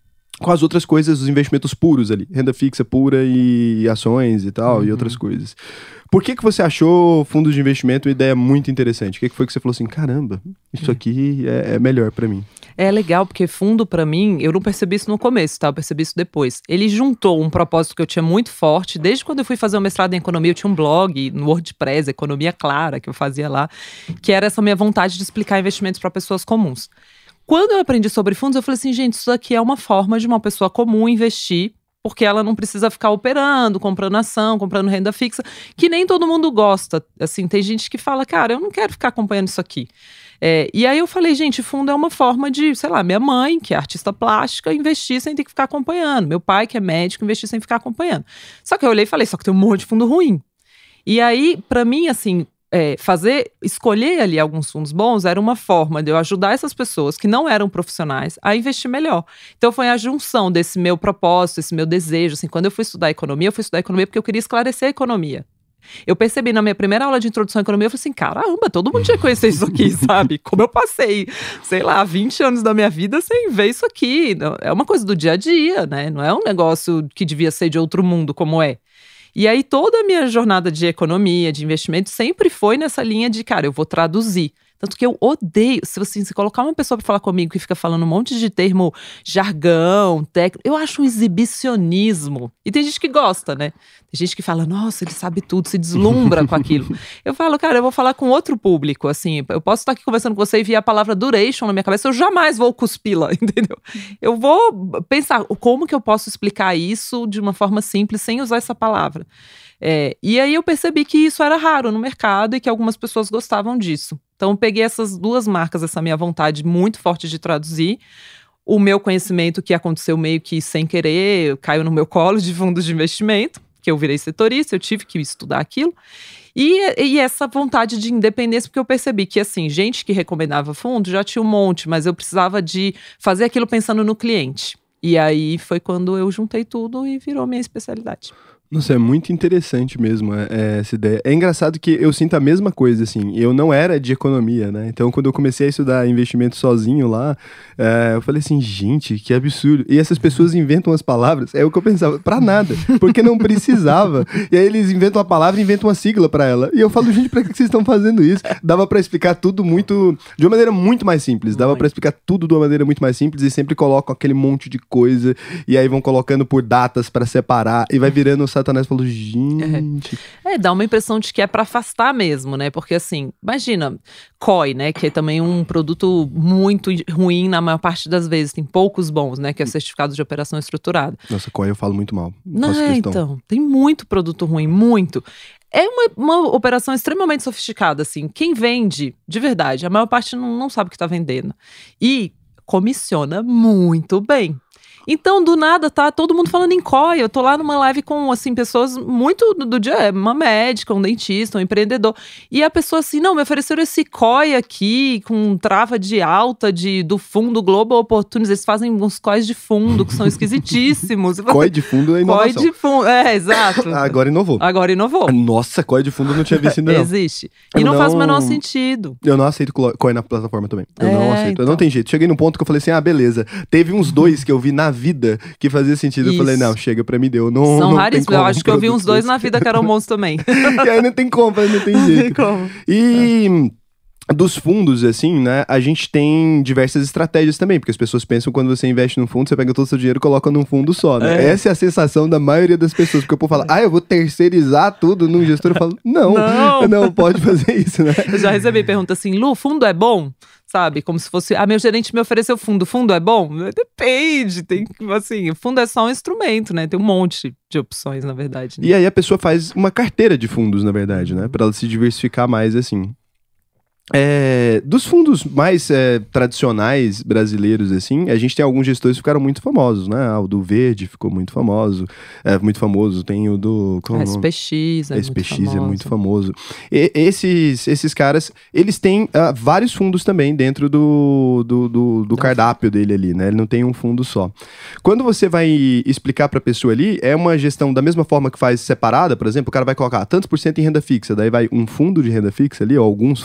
com as outras coisas, os investimentos puros ali. Renda fixa pura e ações e tal, uhum. e outras coisas. Por que que você achou fundos de investimento uma ideia muito interessante? O que que foi que você falou assim, caramba, isso aqui é, é melhor pra mim? É legal, porque fundo pra mim, eu não percebi isso no começo, tá? Eu percebi isso depois. Ele juntou um propósito que eu tinha muito forte. Desde quando eu fui fazer o mestrado em economia, eu tinha um blog no WordPress, Economia Clara, que eu fazia lá, que era essa minha vontade de explicar investimentos para pessoas comuns. Quando eu aprendi sobre fundos, eu falei assim, gente, isso aqui é uma forma de uma pessoa comum investir, porque ela não precisa ficar operando, comprando ação, comprando renda fixa, que nem todo mundo gosta. Assim, tem gente que fala, cara, eu não quero ficar acompanhando isso aqui. É, e aí eu falei, gente, fundo é uma forma de, sei lá, minha mãe, que é artista plástica, investir sem ter que ficar acompanhando. Meu pai, que é médico, investir sem ficar acompanhando. Só que eu olhei e falei, só que tem um monte de fundo ruim. E aí, pra mim, assim, é, fazer, escolher ali alguns fundos bons era uma forma de eu ajudar essas pessoas que não eram profissionais a investir melhor. Então foi a junção desse meu propósito, esse meu desejo. Assim, quando eu fui estudar economia, eu fui estudar economia porque eu queria esclarecer a economia. Eu percebi na minha primeira aula de introdução à economia, eu falei assim, caramba, todo mundo tinha que conhecer isso aqui, sabe? Como eu passei, sei lá, vinte anos da minha vida sem ver isso aqui. É uma coisa do dia a dia, né? Não é um negócio que devia ser de outro mundo como é. E aí toda a minha jornada de economia, de investimento, sempre foi nessa linha de, cara, eu vou traduzir. Tanto que eu odeio, se você se colocar uma pessoa para falar comigo que fica falando um monte de termo jargão, técnico, eu acho um exibicionismo. E tem gente que gosta, né? Tem gente que fala, nossa, ele sabe tudo, se deslumbra com aquilo. Eu falo, cara, eu vou falar com outro público, assim, eu posso estar aqui conversando com você e vir a palavra duration na minha cabeça, eu jamais vou cuspi-la, entendeu? Eu vou pensar, como que eu posso explicar isso de uma forma simples, sem usar essa palavra? É, e aí eu percebi que isso era raro no mercado e que algumas pessoas gostavam disso. Então eu peguei essas duas marcas, essa minha vontade muito forte de traduzir, o meu conhecimento que aconteceu meio que sem querer, caiu no meu colo de fundos de investimento, que eu virei setorista, eu tive que estudar aquilo, e, e essa vontade de independência, porque eu percebi que, assim, gente que recomendava fundo já tinha um monte, mas eu precisava de fazer aquilo pensando no cliente. E aí foi quando eu juntei tudo e virou minha especialidade. Nossa, é muito interessante mesmo é, é, essa ideia. É engraçado que eu sinto a mesma coisa, assim. Eu não era de economia, né? Então, quando eu comecei a estudar investimento sozinho lá, é, eu falei assim, gente, que absurdo. E essas pessoas inventam as palavras, é o que eu pensava, pra nada, porque não precisava. E aí eles inventam a palavra e inventam uma sigla pra ela. E eu falo, gente, pra que vocês estão fazendo isso? Dava pra explicar tudo muito, de uma maneira muito mais simples. Dava pra explicar tudo de uma maneira muito mais simples e sempre colocam aquele monte de coisa. E aí vão colocando por datas pra separar e vai virando o Satanás falou, gente... É, dá uma impressão de que é pra afastar mesmo, né? Porque assim, imagina, C O I, né? Que é também um produto muito ruim na maior parte das vezes. Tem poucos bons, né? Que é certificado de operação estruturada. Nossa, C O I eu falo muito mal. Não, é, então. Tem muito produto ruim, muito. É uma, uma operação extremamente sofisticada, assim. Quem vende, de verdade, a maior parte não, não sabe o que tá vendendo. E comissiona muito bem. Então, do nada, tá todo mundo falando em C O I. Eu tô lá numa live com, assim, pessoas muito do, do dia, uma médica, um dentista, um empreendedor. E a pessoa assim, não, me ofereceram esse C O I aqui, com trava de alta de, do fundo Global Opportunities. Eles fazem uns C O Is de fundo que são esquisitíssimos. C O I de fundo é inovação. C O I de fundo, é, exato. Agora inovou. Agora inovou. Nossa, C O I de fundo eu não tinha visto ainda não. Existe. Eu e não, não faz o menor sentido. Eu não aceito C O I na plataforma também. Eu é, não aceito. então. Eu não tem jeito. Cheguei num ponto que eu falei assim, ah, beleza. Teve uns dois que eu vi na vida que fazia sentido. Isso. Eu falei, não, chega, pra mim deu. Não, São não raríssimos. Eu acho que eu vi uns dois na vida que eram bons também. E aí não tem como, não tem jeito. Não tem como. E... É. Dos fundos, assim, né, a gente tem diversas estratégias também, porque as pessoas pensam que quando você investe num fundo, você pega todo o seu dinheiro e coloca num fundo só, né? É. Essa é a sensação da maioria das pessoas, porque o povo fala, ah, eu vou terceirizar tudo num gestor. Eu falo, não, não, não pode fazer isso, né? Eu já recebi pergunta assim, Lu, fundo é bom? Sabe, como se fosse, ah, meu gerente me ofereceu fundo, fundo é bom? Depende, tem, assim, o fundo é só um instrumento, né, tem um monte de opções, na verdade. Né? E aí a pessoa faz uma carteira de fundos, na verdade, né, pra ela se diversificar mais, assim. É, dos fundos mais é, tradicionais brasileiros, assim, a gente tem alguns gestores que ficaram muito famosos, né? Ah, o do Verde ficou muito famoso, é muito famoso. Tem o do... Qual S P X é S P X muito famoso. é muito famoso. E, esses, esses caras, eles têm uh, vários fundos também dentro do, do, do, do cardápio dele ali, né? Ele não tem um fundo só. Quando você vai explicar pra pessoa ali, é uma gestão da mesma forma que faz separada, por exemplo, o cara vai colocar tantos por cento em renda fixa, daí vai um fundo de renda fixa ali, ou alguns fundos de renda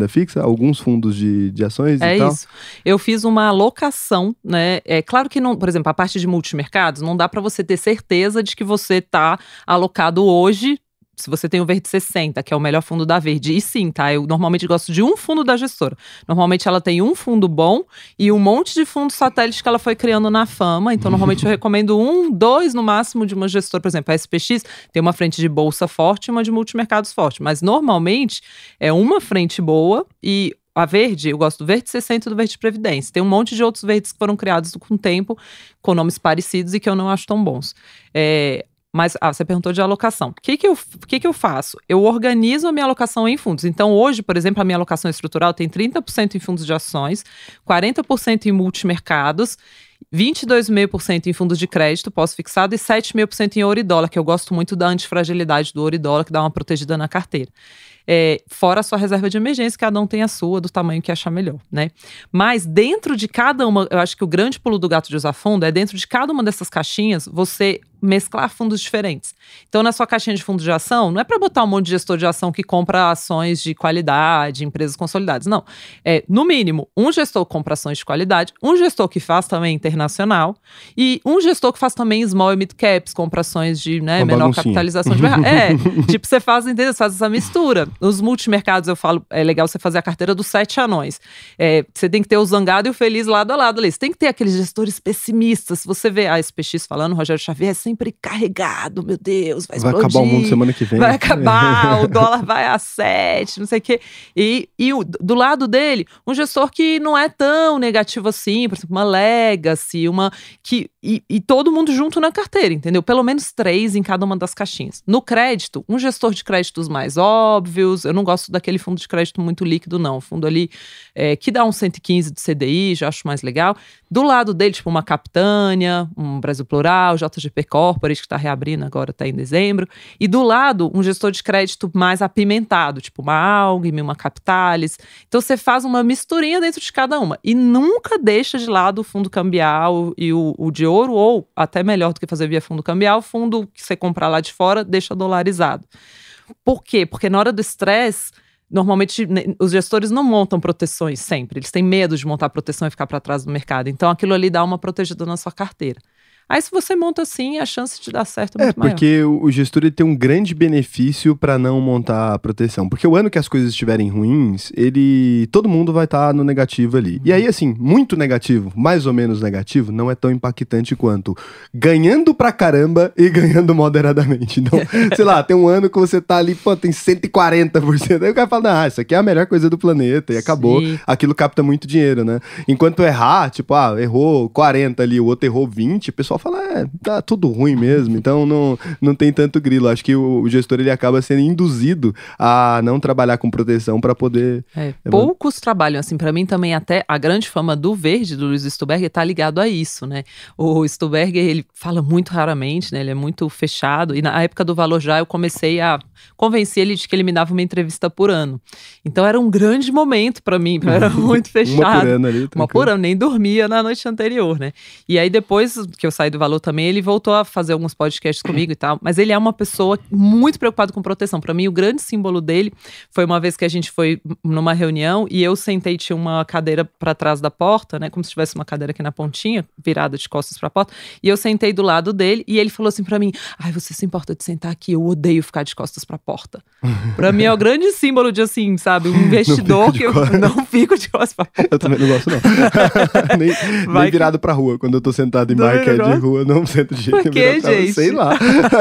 renda fixa? Alguns fundos de, de ações é e tal? É isso. Eu fiz uma alocação, né? É claro que, não, por exemplo, a parte de multimercados, não dá para você ter certeza de que você está alocado hoje. Se você tem o Verde sessenta, que é o melhor fundo da Verde, e sim, tá? Eu normalmente gosto de um fundo da gestora. Normalmente ela tem um fundo bom e um monte de fundos satélites que ela foi criando na fama. Então, normalmente eu recomendo um, dois no máximo de uma gestora. Por exemplo, a S P X tem uma frente de bolsa forte e uma de multimercados forte. Mas normalmente é uma frente boa e a Verde, eu gosto do Verde sessenta e do Verde Previdência. Tem um monte de outros verdes que foram criados com o tempo, com nomes parecidos e que eu não acho tão bons. É... Mas ah, você perguntou de alocação. O que, que, eu, que, que eu faço? Eu organizo a minha alocação em fundos. Então, hoje, por exemplo, a minha alocação estrutural tem trinta por cento em fundos de ações, quarenta por cento em multimercados, vinte e dois vírgula cinco por cento em fundos de crédito pós-fixado e sete vírgula cinco por cento em ouro e dólar, que eu gosto muito da antifragilidade do ouro e dólar, que dá uma protegida na carteira. É, fora a sua reserva de emergência, cada um tem a sua, do tamanho que achar melhor, né? Mas dentro de cada uma, eu acho que o grande pulo do gato de usar fundo é dentro de cada uma dessas caixinhas, você mesclar fundos diferentes. Então, na sua caixinha de fundos de ação, não é para botar um monte de gestor de ação que compra ações de qualidade, empresas consolidadas, não. É, no mínimo, um gestor que compra ações de qualidade, um gestor que faz também internacional e um gestor que faz também small e mid caps, compra ações de né, menor baguncinha. Capitalização de mercado. É, tipo, você faz, entendeu? Você faz essa mistura. Nos multimercados, eu falo, é legal você fazer a carteira dos sete anões. É, você tem que ter o zangado e o feliz lado a lado ali. Você tem que ter aqueles gestores pessimistas. Se você vê a S P X falando, Rogério Xavier, é sempre carregado, meu Deus, vai, vai explodir. Vai acabar o mundo semana que vem. Vai acabar, o dólar vai a sete, não sei o quê. E, e o, do lado dele, um gestor que não é tão negativo assim, por exemplo, uma Legacy, uma... Que, e, e todo mundo junto na carteira, entendeu? Pelo menos três em cada uma das caixinhas. No crédito, um gestor de créditos mais óbvios, eu não gosto daquele fundo de crédito muito líquido, não. O fundo ali é, que dá uns cento e quinze de C D I, já acho mais legal. Do lado dele, tipo uma Capitânia, um Brasil Plural, J G P Corporate, que está reabrindo agora, está em dezembro. E do lado, um gestor de crédito mais apimentado, tipo uma Algme, uma Capitalis. Então, você faz uma misturinha dentro de cada uma. E nunca deixa de lado o fundo cambial e o, o de ouro, ou até melhor do que fazer via fundo cambial, o fundo que você comprar lá de fora, deixa dolarizado. Por quê? Porque na hora do estresse, normalmente os gestores não montam proteções sempre. Eles têm medo de montar proteção e ficar para trás do mercado. Então, aquilo ali dá uma protegida na sua carteira. Aí, se você monta assim, a chance de dar certo é muito maior. É, porque maior. O gestor ele tem um grande benefício para não montar a proteção. Porque o ano que as coisas estiverem ruins, ele todo mundo vai estar tá no negativo ali. Uhum. E aí, assim, muito negativo, mais ou menos negativo, não é tão impactante quanto ganhando pra caramba e ganhando moderadamente. Então, sei lá, tem um ano que você tá ali, pô, tem cento e quarenta por cento. Aí o cara fala, ah, isso aqui é a melhor coisa do planeta. E acabou. Sim. Aquilo capta muito dinheiro, né? Enquanto errar, tipo, ah, errou quarenta ali, o outro errou vinte, o pessoal fala, é, tá tudo ruim mesmo, então não, não tem tanto grilo. Acho que o, o gestor ele acaba sendo induzido a não trabalhar com proteção para poder... É, poucos é, trabalham assim, para mim também até a grande fama do verde, do Luiz Stuberger, tá ligado a isso, né? O Stuberger, ele fala muito raramente, né? Ele é muito fechado, e na época do Valor Já eu comecei a convencer ele de que ele me dava uma entrevista por ano. Então era um grande momento para mim, era muito fechado. Uma por ano ali. Tranquilo. Uma por ano, nem dormia na noite anterior, né? E aí depois que eu saí do Valor também, ele voltou a fazer alguns podcasts comigo e tal, mas ele é uma pessoa muito preocupada com proteção. Para mim, o grande símbolo dele foi uma vez que a gente foi numa reunião e eu sentei, tinha uma cadeira para trás da porta, né, como se tivesse uma cadeira aqui na pontinha, virada de costas para a porta, e eu sentei do lado dele e ele falou assim para mim, ai, você se importa de sentar aqui? Eu odeio ficar de costas para a porta. Para mim é o grande símbolo de, assim, sabe, um investidor que eu não fico de costas para a porta. Eu também não gosto, não. nem, nem virado para rua, quando eu tô sentado em marquete de rua, não sento de jeito. Por que, gente? Sei lá.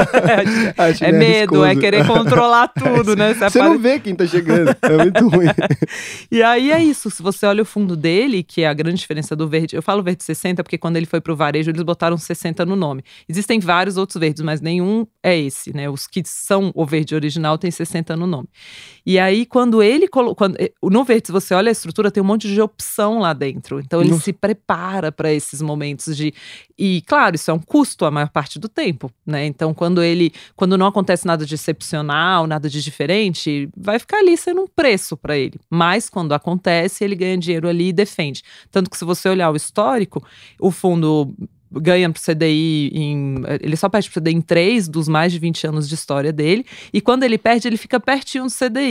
Acho é medo, é querer controlar tudo, né? Você, você não vê quem tá chegando, é muito ruim. E aí é isso, se você olha o fundo dele, que é a grande diferença do verde, eu falo verde sessenta porque quando ele foi pro varejo, eles botaram sessenta no nome. Existem vários outros verdes, mas nenhum é esse, né? Os que são o verde original tem sessenta no nome. E aí, quando ele colocou... No verde, se você olha a estrutura, tem um monte de opção lá dentro. Então, ele Nossa. se prepara para esses momentos de... E, claro, isso é um custo a maior parte do tempo, né? Então, quando ele, quando não acontece nada de excepcional, nada de diferente, vai ficar ali sendo um preço para ele. Mas, quando acontece, ele ganha dinheiro ali e defende. Tanto que, se você olhar o histórico, o fundo ganha pro C D I em... Ele só perde pro C D I em três dos mais de vinte anos de história dele. E quando ele perde, ele fica pertinho do C D I.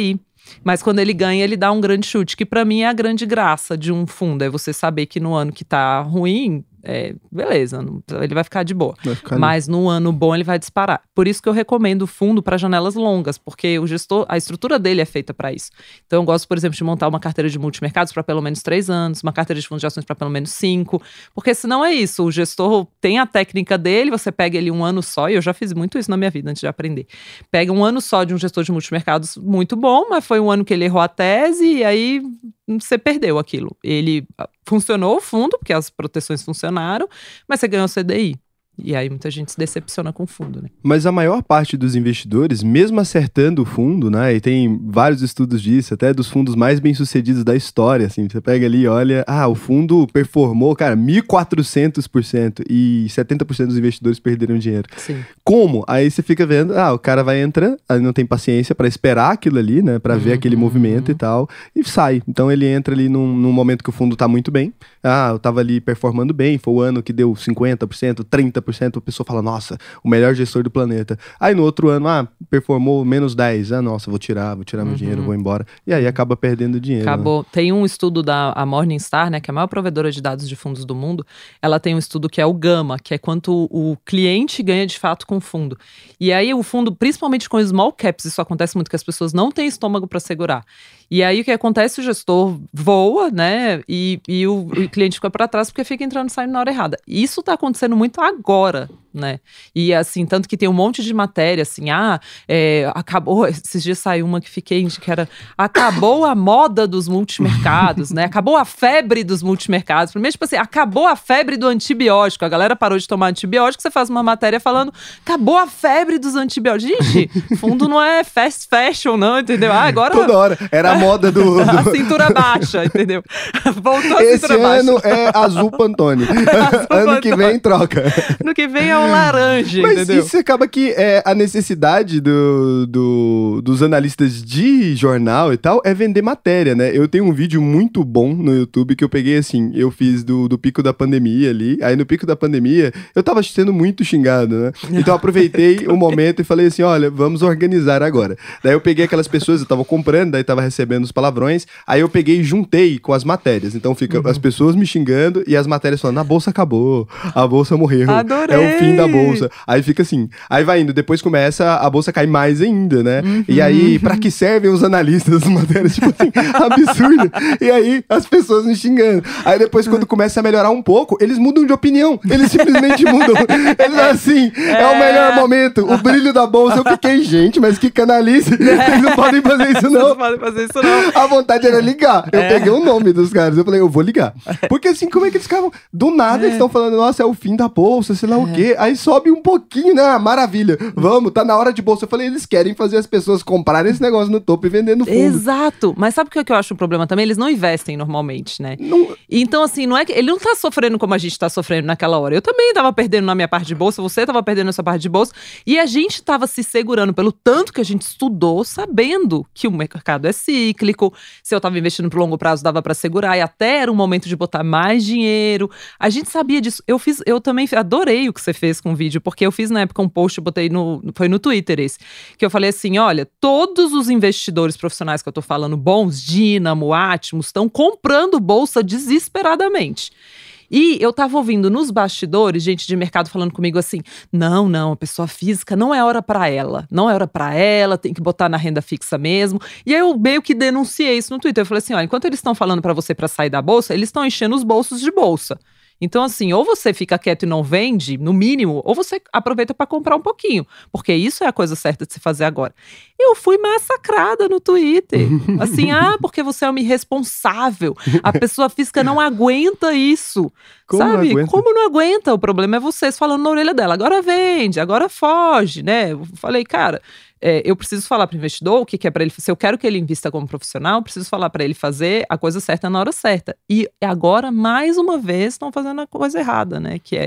Mas quando ele ganha, ele dá um grande chute, que para mim é a grande graça de um fundo, é você saber que no ano que tá ruim, é, beleza, não, ele vai ficar de boa. Ficar Mas no ano bom ele vai disparar. Por isso que eu recomendo o fundo para janelas longas, porque o gestor, a estrutura dele é feita para isso. Então eu gosto, por exemplo, de montar uma carteira de multimercados para pelo menos três anos, uma carteira de fundos de ações para pelo menos cinco, porque senão é isso, o gestor tem a técnica dele, você pega ele um ano só, e eu já fiz muito isso na minha vida antes de aprender. Pega um ano só de um gestor de multimercados muito bom, mas foi um ano que ele errou a tese e aí você perdeu aquilo. Ele funcionou o fundo, porque as proteções funcionaram, mas você ganhou o C D I. E aí muita gente se decepciona com o fundo, né? Mas a maior parte dos investidores, mesmo acertando o fundo, né? E tem vários estudos disso, até dos fundos mais bem-sucedidos da história, assim. Você pega ali e olha, ah, o fundo performou, cara, mil e quatrocentos por cento e setenta por cento dos investidores perderam dinheiro. Sim. Como? Aí você fica vendo, ah, o cara vai entrar, aí não tem paciência pra esperar aquilo ali, né? Pra ver Uhum. aquele movimento e tal, e sai. Então ele entra ali num, num momento que o fundo tá muito bem. Ah, eu tava ali performando bem, foi o ano que deu cinquenta por cento, trinta por cento, a pessoa fala, nossa, o melhor gestor do planeta. Aí no outro ano, ah, performou menos dez, ah, nossa, vou tirar, vou tirar meu Uhum. dinheiro, vou embora. E aí acaba perdendo dinheiro. Acabou. Né? Tem um estudo da a Morningstar, né, que é a maior provedora de dados de fundos do mundo, ela tem um estudo que é o Gama, que é quanto o cliente ganha de fato com o fundo. E aí o fundo, principalmente com small caps, isso acontece muito, que as pessoas não têm estômago para segurar. E aí o que acontece, o gestor voa, né, e, e o, o cliente fica para trás porque fica entrando e saindo na hora errada. Isso tá acontecendo muito agora, né, e assim, tanto que tem um monte de matéria, assim, ah, é, acabou, esses dias saiu uma que fiquei, que era, acabou a moda dos multimercados, né, acabou a febre dos multimercados, primeiro, tipo assim, acabou a febre do antibiótico, a galera parou de tomar antibiótico, você faz uma matéria falando, acabou a febre dos antibióticos. Gente, fundo não é fast fashion, não, entendeu? Ah, agora... Toda hora, era a moda do... do... A cintura baixa, entendeu? Voltou a Esse cintura baixa. ano é azul Pantone. Ano que vem, troca. No que vem é o laranja, Mas entendeu? isso acaba que é, a necessidade do, do, dos analistas de jornal e tal é vender matéria, né? Eu tenho um vídeo muito bom no YouTube que eu peguei assim, eu fiz do, do pico da pandemia ali, aí no pico da pandemia eu tava sendo muito xingado, né? Então eu aproveitei o momento e falei assim, olha, vamos organizar agora. Daí eu peguei aquelas pessoas, eu tava comprando, daí tava recebendo os palavrões, aí eu peguei e juntei com as matérias. Então fica uhum. as pessoas me xingando e as matérias falando, a bolsa acabou, a bolsa morreu, Adorei. é o fim da bolsa. Aí fica assim, aí vai indo, depois começa a bolsa cair mais ainda, né? Uhum. E aí, pra que servem os analistas das matérias? Tipo assim, absurdo. E aí, as pessoas me xingando. Aí depois, quando começa a melhorar um pouco, eles mudam de opinião. Eles simplesmente mudam. Eles assim, é. é o melhor momento, o brilho da bolsa. Eu fiquei, gente, mas que canalice. Vocês não podem fazer isso, não. Vocês não podem fazer isso, não. A vontade era ligar. Eu é. peguei o nome dos caras. Eu falei, eu vou ligar. Porque assim, como é que eles ficavam? Do nada, é. eles estão falando, nossa, é o fim da bolsa, sei lá é. o quê. Aí sobe um pouquinho, né? Maravilha. Vamos, tá na hora de bolsa. Eu falei, eles querem fazer as pessoas comprarem esse negócio no topo e vender no fundo. Exato. Mas sabe o que eu acho o problema também? Eles não investem normalmente, né? Não... Então, assim, não é que ele não tá sofrendo como a gente tá sofrendo naquela hora. Eu também tava perdendo na minha parte de bolsa, você tava perdendo na sua parte de bolsa. E a gente tava se segurando pelo tanto que a gente estudou, sabendo que o mercado é cíclico. Se eu tava investindo pro longo prazo, dava pra segurar. E até era um momento de botar mais dinheiro. A gente sabia disso. Eu fiz, eu também adorei o que você fez com o vídeo, porque eu fiz na época um post, botei no, foi no Twitter esse, que eu falei assim, olha, todos os investidores profissionais que eu tô falando, bons, Dínamo, Atmos, estão comprando bolsa desesperadamente. E eu tava ouvindo nos bastidores, gente de mercado falando comigo assim, não, não, a pessoa física não é hora pra ela, não é hora pra ela, tem que botar na renda fixa mesmo. E aí eu meio que denunciei isso no Twitter, eu falei assim, olha, enquanto eles estão falando pra você pra sair da bolsa, eles estão enchendo os bolsos de bolsa. Então, assim, ou você fica quieto e não vende, no mínimo, ou você aproveita para comprar um pouquinho, porque isso é a coisa certa de se fazer agora. Eu fui massacrada no Twitter. Assim, ah, porque você é uma irresponsável. A pessoa física não aguenta isso. Como sabe? Não aguenta? Como não aguenta? O problema é vocês falando na orelha dela. Agora vende, agora foge, né? Eu falei, cara... É, eu preciso falar para o investidor o que, que é para ele. Se eu quero que ele invista como profissional, preciso falar para ele fazer a coisa certa na hora certa. E agora, mais uma vez, estão fazendo a coisa errada, né? Que é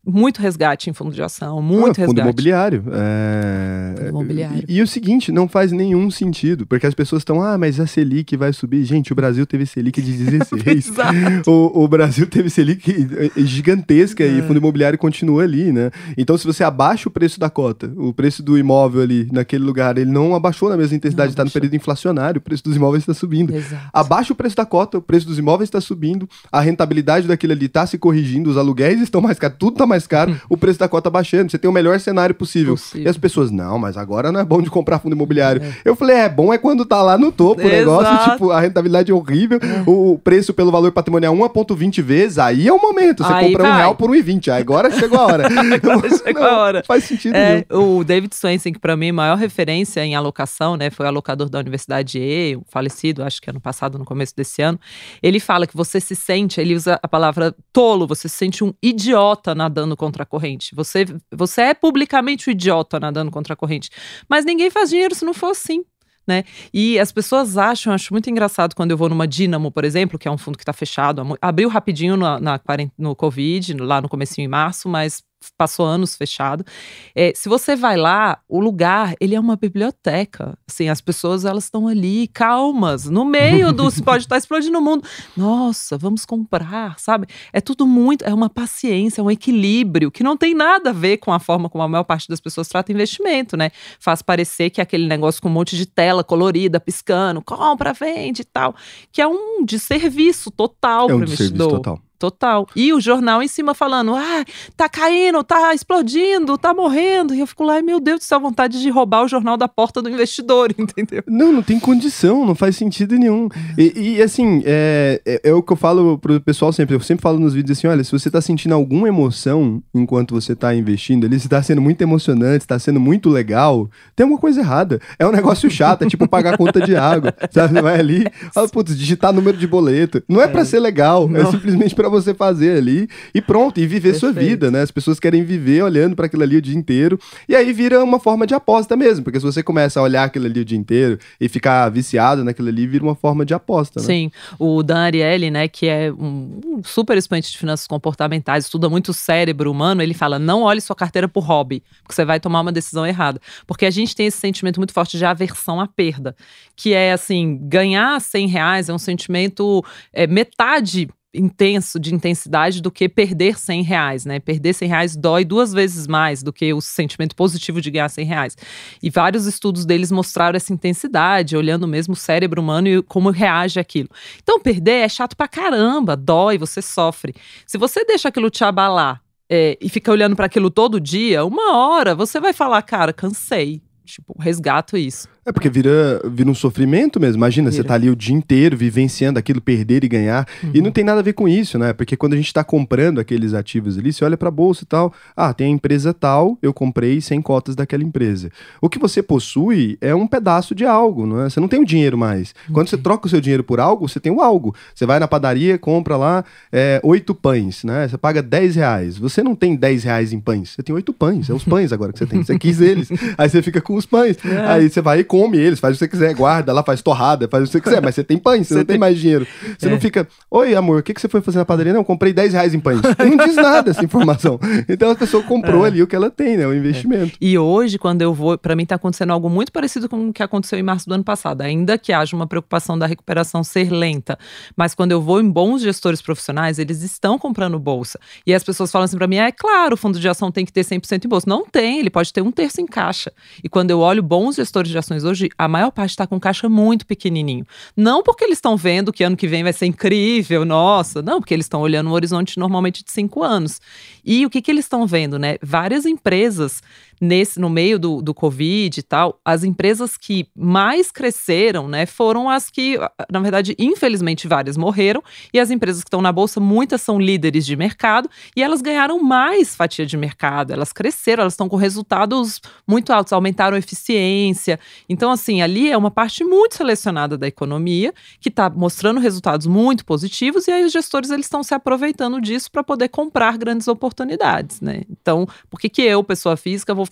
muito resgate em fundo de ação, muito ah, resgate. Fundo imobiliário. É... Fundo imobiliário. E, e o seguinte, não faz nenhum sentido, porque as pessoas estão, ah, mas a Selic vai subir. Gente, o Brasil teve Selic de dezesseis. Exato. O, o Brasil teve Selic gigantesca é. e o fundo imobiliário continua ali, né? Então, se você abaixa o preço da cota, o preço do imóvel ali, naquele lugar, ele não abaixou na mesma intensidade, está no período inflacionário, o preço dos imóveis está subindo. Exato. Abaixa o preço da cota, o preço dos imóveis está subindo, a rentabilidade daquilo ali está se corrigindo, os aluguéis estão mais caros, tudo está mais caro, hum. o preço da cota baixando, você tem o melhor cenário possível. possível. E as pessoas, não, mas agora não é bom de comprar fundo imobiliário. É. Eu falei, é bom é quando tá lá no topo o negócio, tipo, a rentabilidade é horrível, é. o preço pelo valor patrimonial um vírgula vinte vezes, aí é o momento, você aí compra vai. um real por um vírgula vinte, agora chegou a hora. agora chegou não, a hora. Faz sentido é, o David Swensen, que para mim é a maior referência em alocação, né, foi alocador da Universidade E, falecido, acho que ano passado, no começo desse ano, ele fala que você se sente, ele usa a palavra tolo, você se sente um idiota nadando contra a corrente. Você, você é publicamente um idiota nadando contra a corrente. Mas ninguém faz dinheiro se não for assim. Né? E as pessoas acham, eu acho muito engraçado quando eu vou numa Dínamo, por exemplo, que é um fundo que está fechado, abriu rapidinho na, na, no Covid, lá no comecinho em março, mas passou anos fechado. É, se você vai lá, o lugar, ele é uma biblioteca. Assim, as pessoas, elas estão ali, calmas, no meio do... pode estar explodindo o mundo. Nossa, vamos comprar, sabe? É tudo muito... É uma paciência, é um equilíbrio, que não tem nada a ver com a forma como a maior parte das pessoas trata investimento, né? Faz parecer que é aquele negócio com um monte de tela colorida, piscando, compra, vende e tal, que é um desserviço total para o investidor. É um desserviço total. Total. E o jornal em cima falando, ah, tá caindo, tá explodindo, tá morrendo. E eu fico lá, meu Deus do céu, vontade de roubar o jornal da porta do investidor, entendeu? Não, não tem condição, não faz sentido nenhum. E, e assim, é, é, é o que eu falo pro pessoal sempre, eu sempre falo nos vídeos assim, olha, se você tá sentindo alguma emoção enquanto você tá investindo ali, se tá sendo muito emocionante, se tá sendo muito legal, tem alguma coisa errada. É um negócio chato, é tipo pagar conta de água, sabe? Você vai ali, fala, putz, digitar número de boleto. Não é, é. pra ser legal, não. É simplesmente pra você fazer ali e pronto, e viver Perfeito. Sua vida, né? As pessoas querem viver olhando para aquilo ali o dia inteiro e aí vira uma forma de aposta mesmo, porque se você começa a olhar aquilo ali o dia inteiro e ficar viciado naquilo ali, vira uma forma de aposta, né? Sim, o Dan Ariely, né, que é um, um super expoente de finanças comportamentais, estuda muito o cérebro humano, ele fala, não olhe sua carteira por hobby, porque você vai tomar uma decisão errada, porque a gente tem esse sentimento muito forte de aversão à perda, que é assim, ganhar cem reais é um sentimento é, metade intenso, de intensidade do que perder cem reais, né? Perder cem reais dói duas vezes mais do que o sentimento positivo de ganhar cem reais. E vários estudos deles mostraram essa intensidade, olhando mesmo o cérebro humano e como reage àquilo. Então, perder é chato pra caramba, dói, você sofre. Se você deixa aquilo te abalar é, e fica olhando para aquilo todo dia, uma hora você vai falar, cara, cansei. Tipo, resgato isso. É porque vira, vira um sofrimento mesmo. Imagina, vira. Você tá ali o dia inteiro vivenciando aquilo, perder e ganhar. Uhum. E não tem nada a ver com isso, né? Porque quando a gente tá comprando aqueles ativos ali, você olha pra bolsa e tal. Ah, tem a empresa tal, eu comprei cem cotas daquela empresa. O que você possui é um pedaço de algo, não é? Você não tem o dinheiro mais. Okay. Quando você troca o seu dinheiro por algo, você tem o algo. Você vai na padaria, compra lá é, oito pães, né? Você paga dez reais. Você não tem dez reais em pães. Você tem oito pães. É os pães agora que você tem. Você quis eles. Aí você fica com os pães. É. Aí você vai e come eles, faz o que você quiser, guarda lá, faz torrada, faz o que você quiser, mas você tem pães, você, você não tem mais dinheiro. Você é. não fica, oi amor, o que, que você foi fazer na padaria? Não, eu comprei dez reais em pães. Não diz nada essa informação. Então a pessoa comprou é. ali o que ela tem, né? O investimento. É. E hoje, quando eu vou, pra mim tá acontecendo algo muito parecido com o que aconteceu em março do ano passado, ainda que haja uma preocupação da recuperação ser lenta, mas quando eu vou em bons gestores profissionais, eles estão comprando bolsa. E as pessoas falam assim pra mim, é claro, o fundo de ação tem que ter cem por cento em bolsa. Não tem, ele pode ter um terço em caixa. E quando eu olho bons gestores de ações hoje, a maior parte está com caixa muito pequenininho. Não porque eles estão vendo que ano que vem vai ser incrível, nossa, não, porque eles estão olhando um horizonte normalmente de cinco anos. E o que, que eles estão vendo, né? Várias empresas nesse, no meio do, do Covid e tal, as empresas que mais cresceram, né, foram as que, na verdade, infelizmente, várias morreram, e as empresas que estão na Bolsa, muitas são líderes de mercado, e elas ganharam mais fatia de mercado, elas cresceram, elas estão com resultados muito altos, aumentaram a eficiência. Então, assim, ali é uma parte muito selecionada da economia, que está mostrando resultados muito positivos, e aí os gestores, eles estão se aproveitando disso para poder comprar grandes oportunidades, né? Então, por que que eu, pessoa física, vou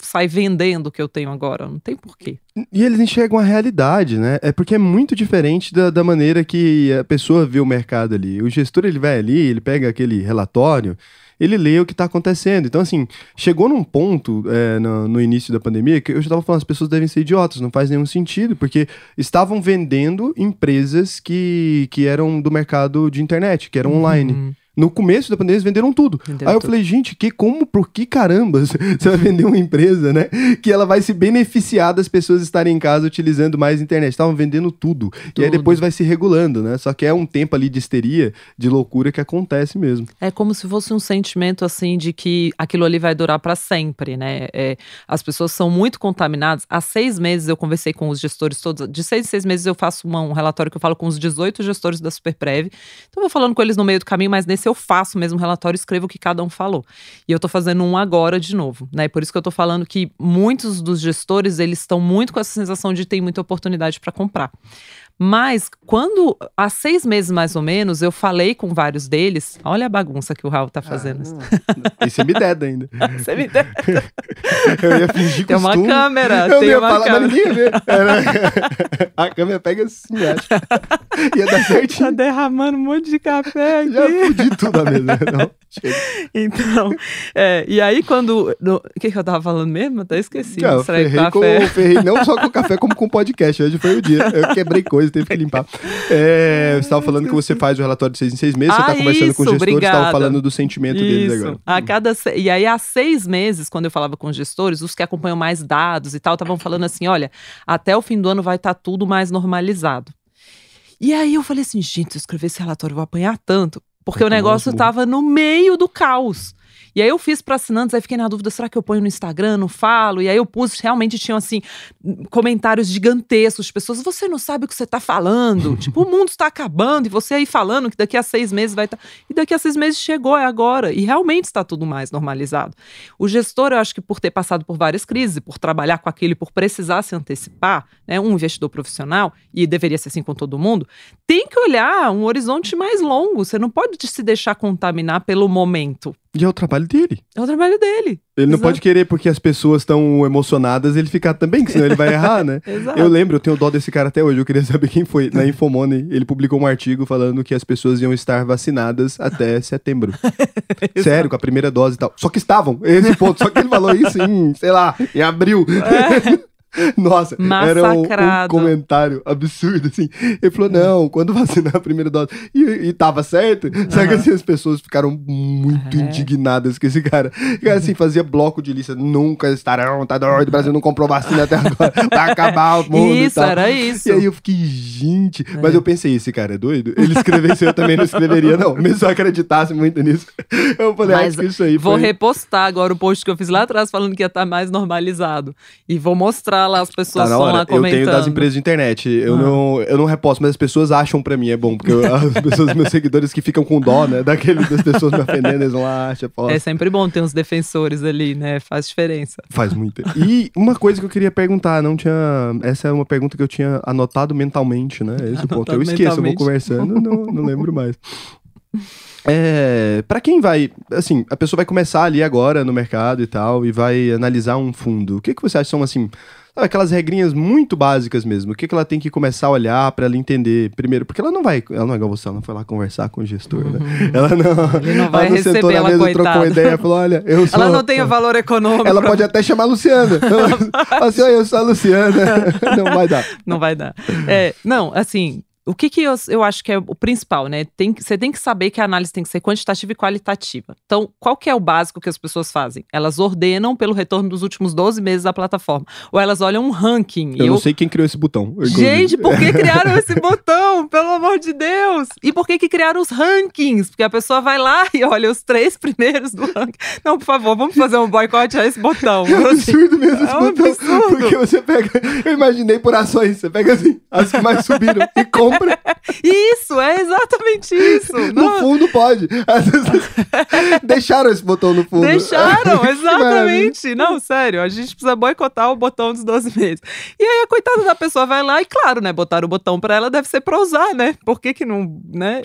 sair vendendo o que eu tenho agora. Não tem porquê. E eles enxergam a realidade, né? É porque é muito diferente da, da maneira que a pessoa vê o mercado ali. O gestor, ele vai ali, ele pega aquele relatório, ele lê o que está acontecendo. Então, assim, chegou num ponto é, no, no início da pandemia que eu já estava falando, as pessoas devem ser idiotas, não faz nenhum sentido, porque estavam vendendo empresas que, que eram do mercado de internet, que eram online. Uhum. No começo da pandemia, eles venderam tudo. Venderam Aí eu tudo. falei, gente, que, como, por que carambas você vai vender uma empresa, né? Que ela vai se beneficiar das pessoas estarem em casa utilizando mais internet. Estavam vendendo tudo. tudo. E aí depois vai se regulando, né? Só que é um tempo ali de histeria, de loucura que acontece mesmo. É como se fosse um sentimento, assim, de que aquilo ali vai durar para sempre, né? É, as pessoas são muito contaminadas. Há seis meses eu conversei com os gestores todos. De seis em seis meses eu faço uma, um relatório que eu falo com os dezoito gestores da Superprev. Então eu vou falando com eles no meio do caminho, mas nesse eu faço mesmo relatório, escrevo o que cada um falou. E eu tô fazendo um agora de novo, né? Por isso que eu tô falando que muitos dos gestores, eles estão muito com essa sensação de ter muita oportunidade para comprar. Mas quando, há seis meses mais ou menos, eu falei com vários deles, olha a bagunça que o Raul tá fazendo. Ah, e você me deda ainda. Você me deda. Eu ia fingir Tem costume. uma câmera, eu tem ia uma falar, câmera. mas ninguém ia ver. Era... A câmera pega assim, acho. Ia dar certinho. Tá derramando um monte de café aqui. Já fudi tudo a mesa. Não, chega. Então, é, e aí quando... No, o que que eu tava falando mesmo? Até esqueci. Não, eu Será que ferrei, café? com, ferrei não só com o café, como com o podcast. Hoje foi o dia. Eu quebrei coisa, teve que limpar. É, você estava falando que você faz o relatório de seis em seis meses, Ah, você está conversando isso, com os gestores, obrigada. estava falando do sentimento Isso. deles agora. A cada se... E aí, há seis meses, quando eu falava com os gestores, os que acompanham mais dados e tal, estavam falando assim, olha, até o fim do ano vai estar tudo mais normalizado. E aí eu falei assim, gente, se eu escrever esse relatório eu vou apanhar tanto, porque Vai o negócio tomar uns estava no meio do caos. E aí eu fiz para assinantes, aí fiquei na dúvida, será que eu ponho no Instagram, não falo? E aí eu pus, realmente tinham assim, comentários gigantescos de pessoas, você não sabe o que você tá falando, tipo, o mundo está acabando, e você aí falando que daqui a seis meses vai estar... Tá... E daqui a seis meses chegou, é agora, e realmente está tudo mais normalizado. O gestor, eu acho que por ter passado por várias crises, por trabalhar com aquilo e por precisar se antecipar, né, um investidor profissional, e deveria ser assim com todo mundo, tem que olhar um horizonte mais longo, você não pode se deixar contaminar pelo momento. E é o trabalho dele. É o trabalho dele. Ele não Exato. pode querer, porque as pessoas estão emocionadas, ele ficar também, que senão ele vai errar, né? Exato. Eu lembro, eu tenho dó desse cara até hoje, eu queria saber quem foi. Na Infomoney, ele publicou um artigo falando que as pessoas iam estar vacinadas até setembro. Sério, com a primeira dose e tal. Só que estavam, esse ponto. Só que ele falou isso em, sei lá, em abril. É. Nossa, era um, um comentário absurdo, assim. Ele falou, não, quando vacinar a primeira dose. E, e tava certo. Uhum. Só que assim, as pessoas ficaram muito é. indignadas com esse cara. O cara, assim, fazia bloco de lista. Nunca estarão, tá doido, o Brasil não comprou vacina até agora. Vai acabar o mundo Isso, e tal. era isso. E aí eu fiquei, gente... É. Mas eu pensei, esse cara é doido? Ele escreveu isso, eu também não escreveria, não. Mesmo se eu acreditasse muito nisso. Eu falei, mas acho que isso aí vou foi... repostar agora o post que eu fiz lá atrás, falando que ia estar mais normalizado. E vou mostrar lá, as pessoas tá estão lá comentando. Eu tenho das empresas de internet, eu, ah. não, eu não reposto, mas as pessoas acham pra mim, é bom, porque eu, as pessoas, meus seguidores que ficam com dó, né, daquele, das pessoas me ofendendo, eles vão lá, acham, posta. É sempre bom ter uns defensores ali, né, faz diferença. Faz muito. E uma coisa que eu queria perguntar, não tinha, essa é uma pergunta que eu tinha anotado mentalmente, né, esse é esse o ponto, eu esqueço, eu vou conversando, não, não lembro mais. É, pra quem vai, assim, a pessoa vai começar ali agora no mercado e tal, e vai analisar um fundo, o que que você acha que são, assim, sabe, aquelas regrinhas muito básicas mesmo, o que que ela tem que começar a olhar pra ela entender primeiro, porque ela não vai, ela não é igual você, ela não foi lá conversar com o gestor, né? Uhum. Ela não, Ele não vai ela não receber sentou na ela, mesa, coitada. trocou ideia, falou, olha, eu sou... Ela não tem o valor econômico. Ela pode até chamar a Luciana. Fala assim, olha, eu sou a Luciana. Não vai dar. Não vai dar. É, não, assim... O que, que eu, eu acho que é o principal, né? Tem, você tem que saber que a análise tem que ser quantitativa e qualitativa. Então, qual que é o básico que as pessoas fazem? Elas ordenam pelo retorno dos últimos doze meses da plataforma. Ou elas olham um ranking. Eu, eu... não sei quem criou esse botão. Inclusive. Gente, por que criaram esse botão? Pelo amor de Deus! E por que que criaram os rankings? Porque a pessoa vai lá e olha os três primeiros do ranking. Não, por favor, vamos fazer um boicote a esse botão. É um absurdo mesmo esse é um botão. absurdo. Porque você pega... Eu imaginei por ações. Você pega assim, as que mais subiram e compra. Isso, é exatamente isso. No Não. fundo pode. Às vezes, deixaram esse botão no fundo. Deixaram, exatamente. Não, sério, a gente precisa boicotar o botão dos doze meses. E aí a coitada da pessoa vai lá e, claro, né, botaram o botão pra ela, deve ser pra usar, né? Por que que não, né?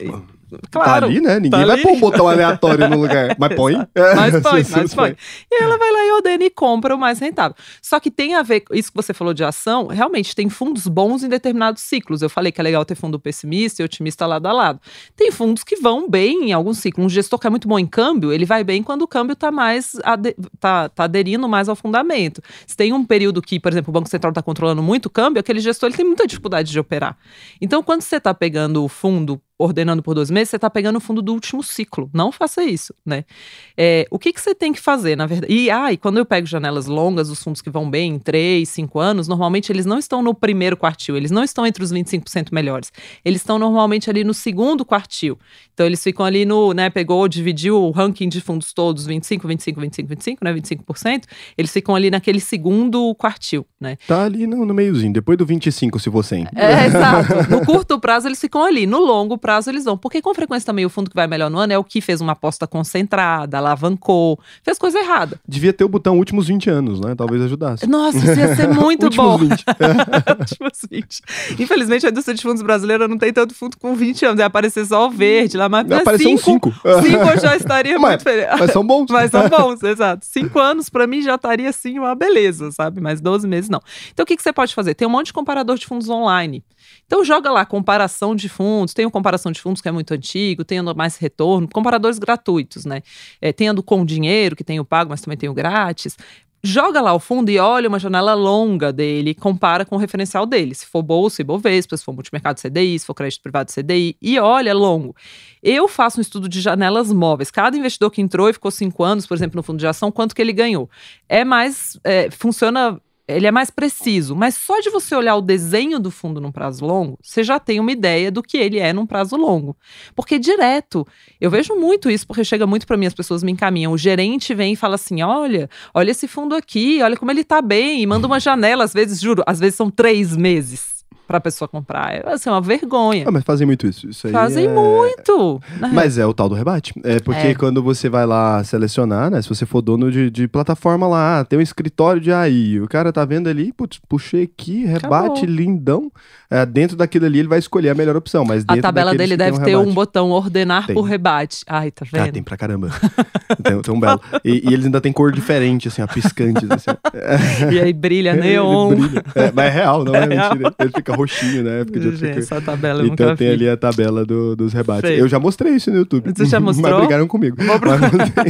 Claro. Tá ali, né? Ninguém tá vai ali. pôr um botão aleatório no lugar. Mas põe. Mas põe, mas põe. E ela vai lá e ordena e compra o mais rentável. Só que tem a ver, isso que você falou de ação, realmente tem fundos bons em determinados ciclos. Eu falei que é legal ter fundo pessimista e otimista lado a lado. Tem fundos que vão bem em alguns ciclos. Um gestor que é muito bom em câmbio, ele vai bem quando o câmbio tá mais ade- tá, tá aderindo mais ao fundamento. Se tem um período que, por exemplo, o Banco Central está controlando muito o câmbio, aquele gestor ele tem muita dificuldade de operar. Então, quando você está pegando o fundo ordenando por dois meses, você está pegando o fundo do último ciclo. Não faça isso, né? É, o que, que você tem que fazer, na verdade? E, ah, e quando eu pego janelas longas, os fundos que vão bem em três, cinco anos, normalmente eles não estão no primeiro quartil, eles não estão entre os vinte e cinco por cento melhores. Eles estão normalmente ali no segundo quartil. Então, eles ficam ali no, né, pegou, dividiu o ranking de fundos todos, vinte e cinco, vinte e cinco, vinte e cinco, vinte e cinco, né, vinte e cinco por cento, eles ficam ali naquele segundo quartil, né? Tá ali no, no meiozinho, depois do vinte e cinco, se for cem. É, exato. No curto prazo, eles ficam ali. No longo prazo, eles vão. Porque com frequência também o fundo que vai melhor no ano é o que fez uma aposta concentrada, alavancou, fez coisa errada. Devia ter o botão últimos vinte anos, né? Talvez ajudasse. Nossa, isso ia ser muito Últimos bom. vinte. Últimos vinte. Infelizmente, a indústria de fundos brasileira não tem tanto fundo com vinte anos. Ia aparecer só o verde lá, mas Vai aparecer uns cinco. Cinco eu já estaria Mas- muito feliz. Mas são bons. Mas são bons, exato. Cinco anos, pra mim, já estaria, assim, uma beleza, sabe? Mas doze meses, não. Então, o que, que você pode fazer? Tem um monte de comparador de fundos online. Então, joga lá, comparação de fundos. Tem o comparação de fundos que é muito antigo, tem o mais retorno. Comparadores gratuitos, né? É, tem a do com dinheiro, que tem o pago, mas também tem o grátis. Joga lá o fundo e olha uma janela longa dele, compara com o referencial dele. Se for bolsa, Ibovespa, se for multimercado C D I, se for crédito privado C D I, e olha longo. Eu faço um estudo de janelas móveis. Cada investidor que entrou e ficou cinco anos, por exemplo, no fundo de ação, quanto que ele ganhou. É mais, é, funciona... Ele é mais preciso, mas só de você olhar o desenho do fundo num prazo longo, você já tem uma ideia do que ele é num prazo longo. Porque direto, eu vejo muito isso, porque chega muito para mim, as pessoas me encaminham, o gerente vem e fala assim, olha, olha esse fundo aqui, olha como ele tá bem, e manda uma janela, às vezes, juro, às vezes são três meses pra pessoa comprar. É assim, uma vergonha. Ah, mas fazem muito isso. Isso aí Fazem é... muito. né? Mas é o tal do rebate. É porque É. quando você vai lá selecionar, né? Se você for dono de, de plataforma lá, tem um escritório de A I, o cara tá vendo ali, putz, puxei aqui, rebate, Acabou. lindão. É, dentro daquilo ali ele vai escolher a melhor opção, mas A dentro tabela daqueles dele que tem deve ter rebate. um botão ordenar Tem. por rebate. Ai, tá Ah, vendo? tem pra caramba. tem, tem um belo. E, e eles ainda têm cor diferente, assim, ó, piscantes, assim. E aí brilha Ele neon. brilha. É, mas é real, não é, É real. mentira. Ele fica roxinho, né? Porque de outra Gente, cor. essa tabela eu Então nunca tem vi. ali a tabela do- dos rebates. Feio. Eu já mostrei isso no YouTube. Você já mostrou? Mas brigaram comigo. Vou Mas procurar. mostrei.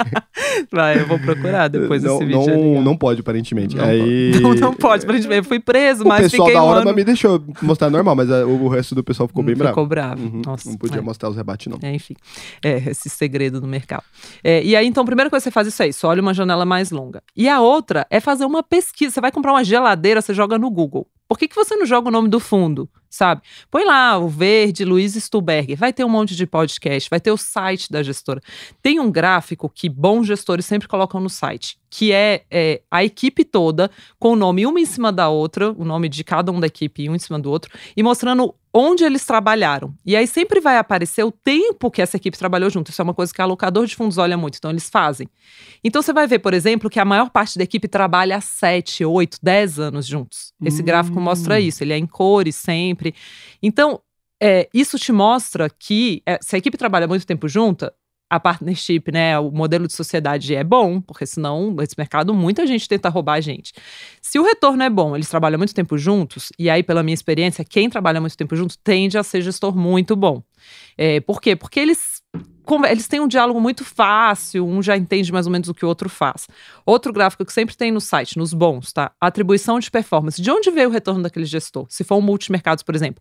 Vai, eu vou procurar depois não, esse vídeo. é não, legal. não pode, aparentemente. Não Aí... pode. Não, não pode. Pra gente ver, eu fui preso, O mas pessoal fiquei da um hora ano... não me deixou mostrar normal, mas a- o resto do pessoal ficou bem bravo. Ficou bravo. Uhum, Nossa, não podia é. mostrar os rebates, não. É, enfim, é, esse segredo do mercado. É, e aí, então, a primeira coisa que você faz é isso aí, só olha uma janela mais longa. E a outra é fazer uma pesquisa. Você vai comprar uma geladeira, você joga no Google. Por que, que você não joga o nome do fundo, sabe? Põe lá, o verde, Luiz Stuberger. Vai ter um monte de podcast, vai ter o site da gestora. Tem um gráfico que bons gestores sempre colocam no site, que é, é a equipe toda, com o nome uma em cima da outra, o nome de cada um da equipe um em cima do outro, e mostrando onde eles trabalharam. E aí sempre vai aparecer o tempo que essa equipe trabalhou junto. Isso é uma coisa que o alocador de fundos olha muito, então eles fazem. Então você vai ver, por exemplo, que a maior parte da equipe trabalha há sete, oito, dez anos juntos. Esse Hum. gráfico mostra isso, ele é em cores sempre. Então, é, isso te mostra que é, se a equipe trabalha muito tempo junta, a partnership, né, o modelo de sociedade é bom, porque senão, nesse mercado, muita gente tenta roubar a gente. Se o retorno é bom, eles trabalham muito tempo juntos, e aí, pela minha experiência, quem trabalha muito tempo juntos tende a ser gestor muito bom. É, por quê? Porque eles, como, eles têm um diálogo muito fácil, um já entende mais ou menos o que o outro faz. Outro gráfico que sempre tem no site, nos bons, tá? Atribuição de performance. De onde veio o retorno daquele gestor? Se for um multimercados, por exemplo.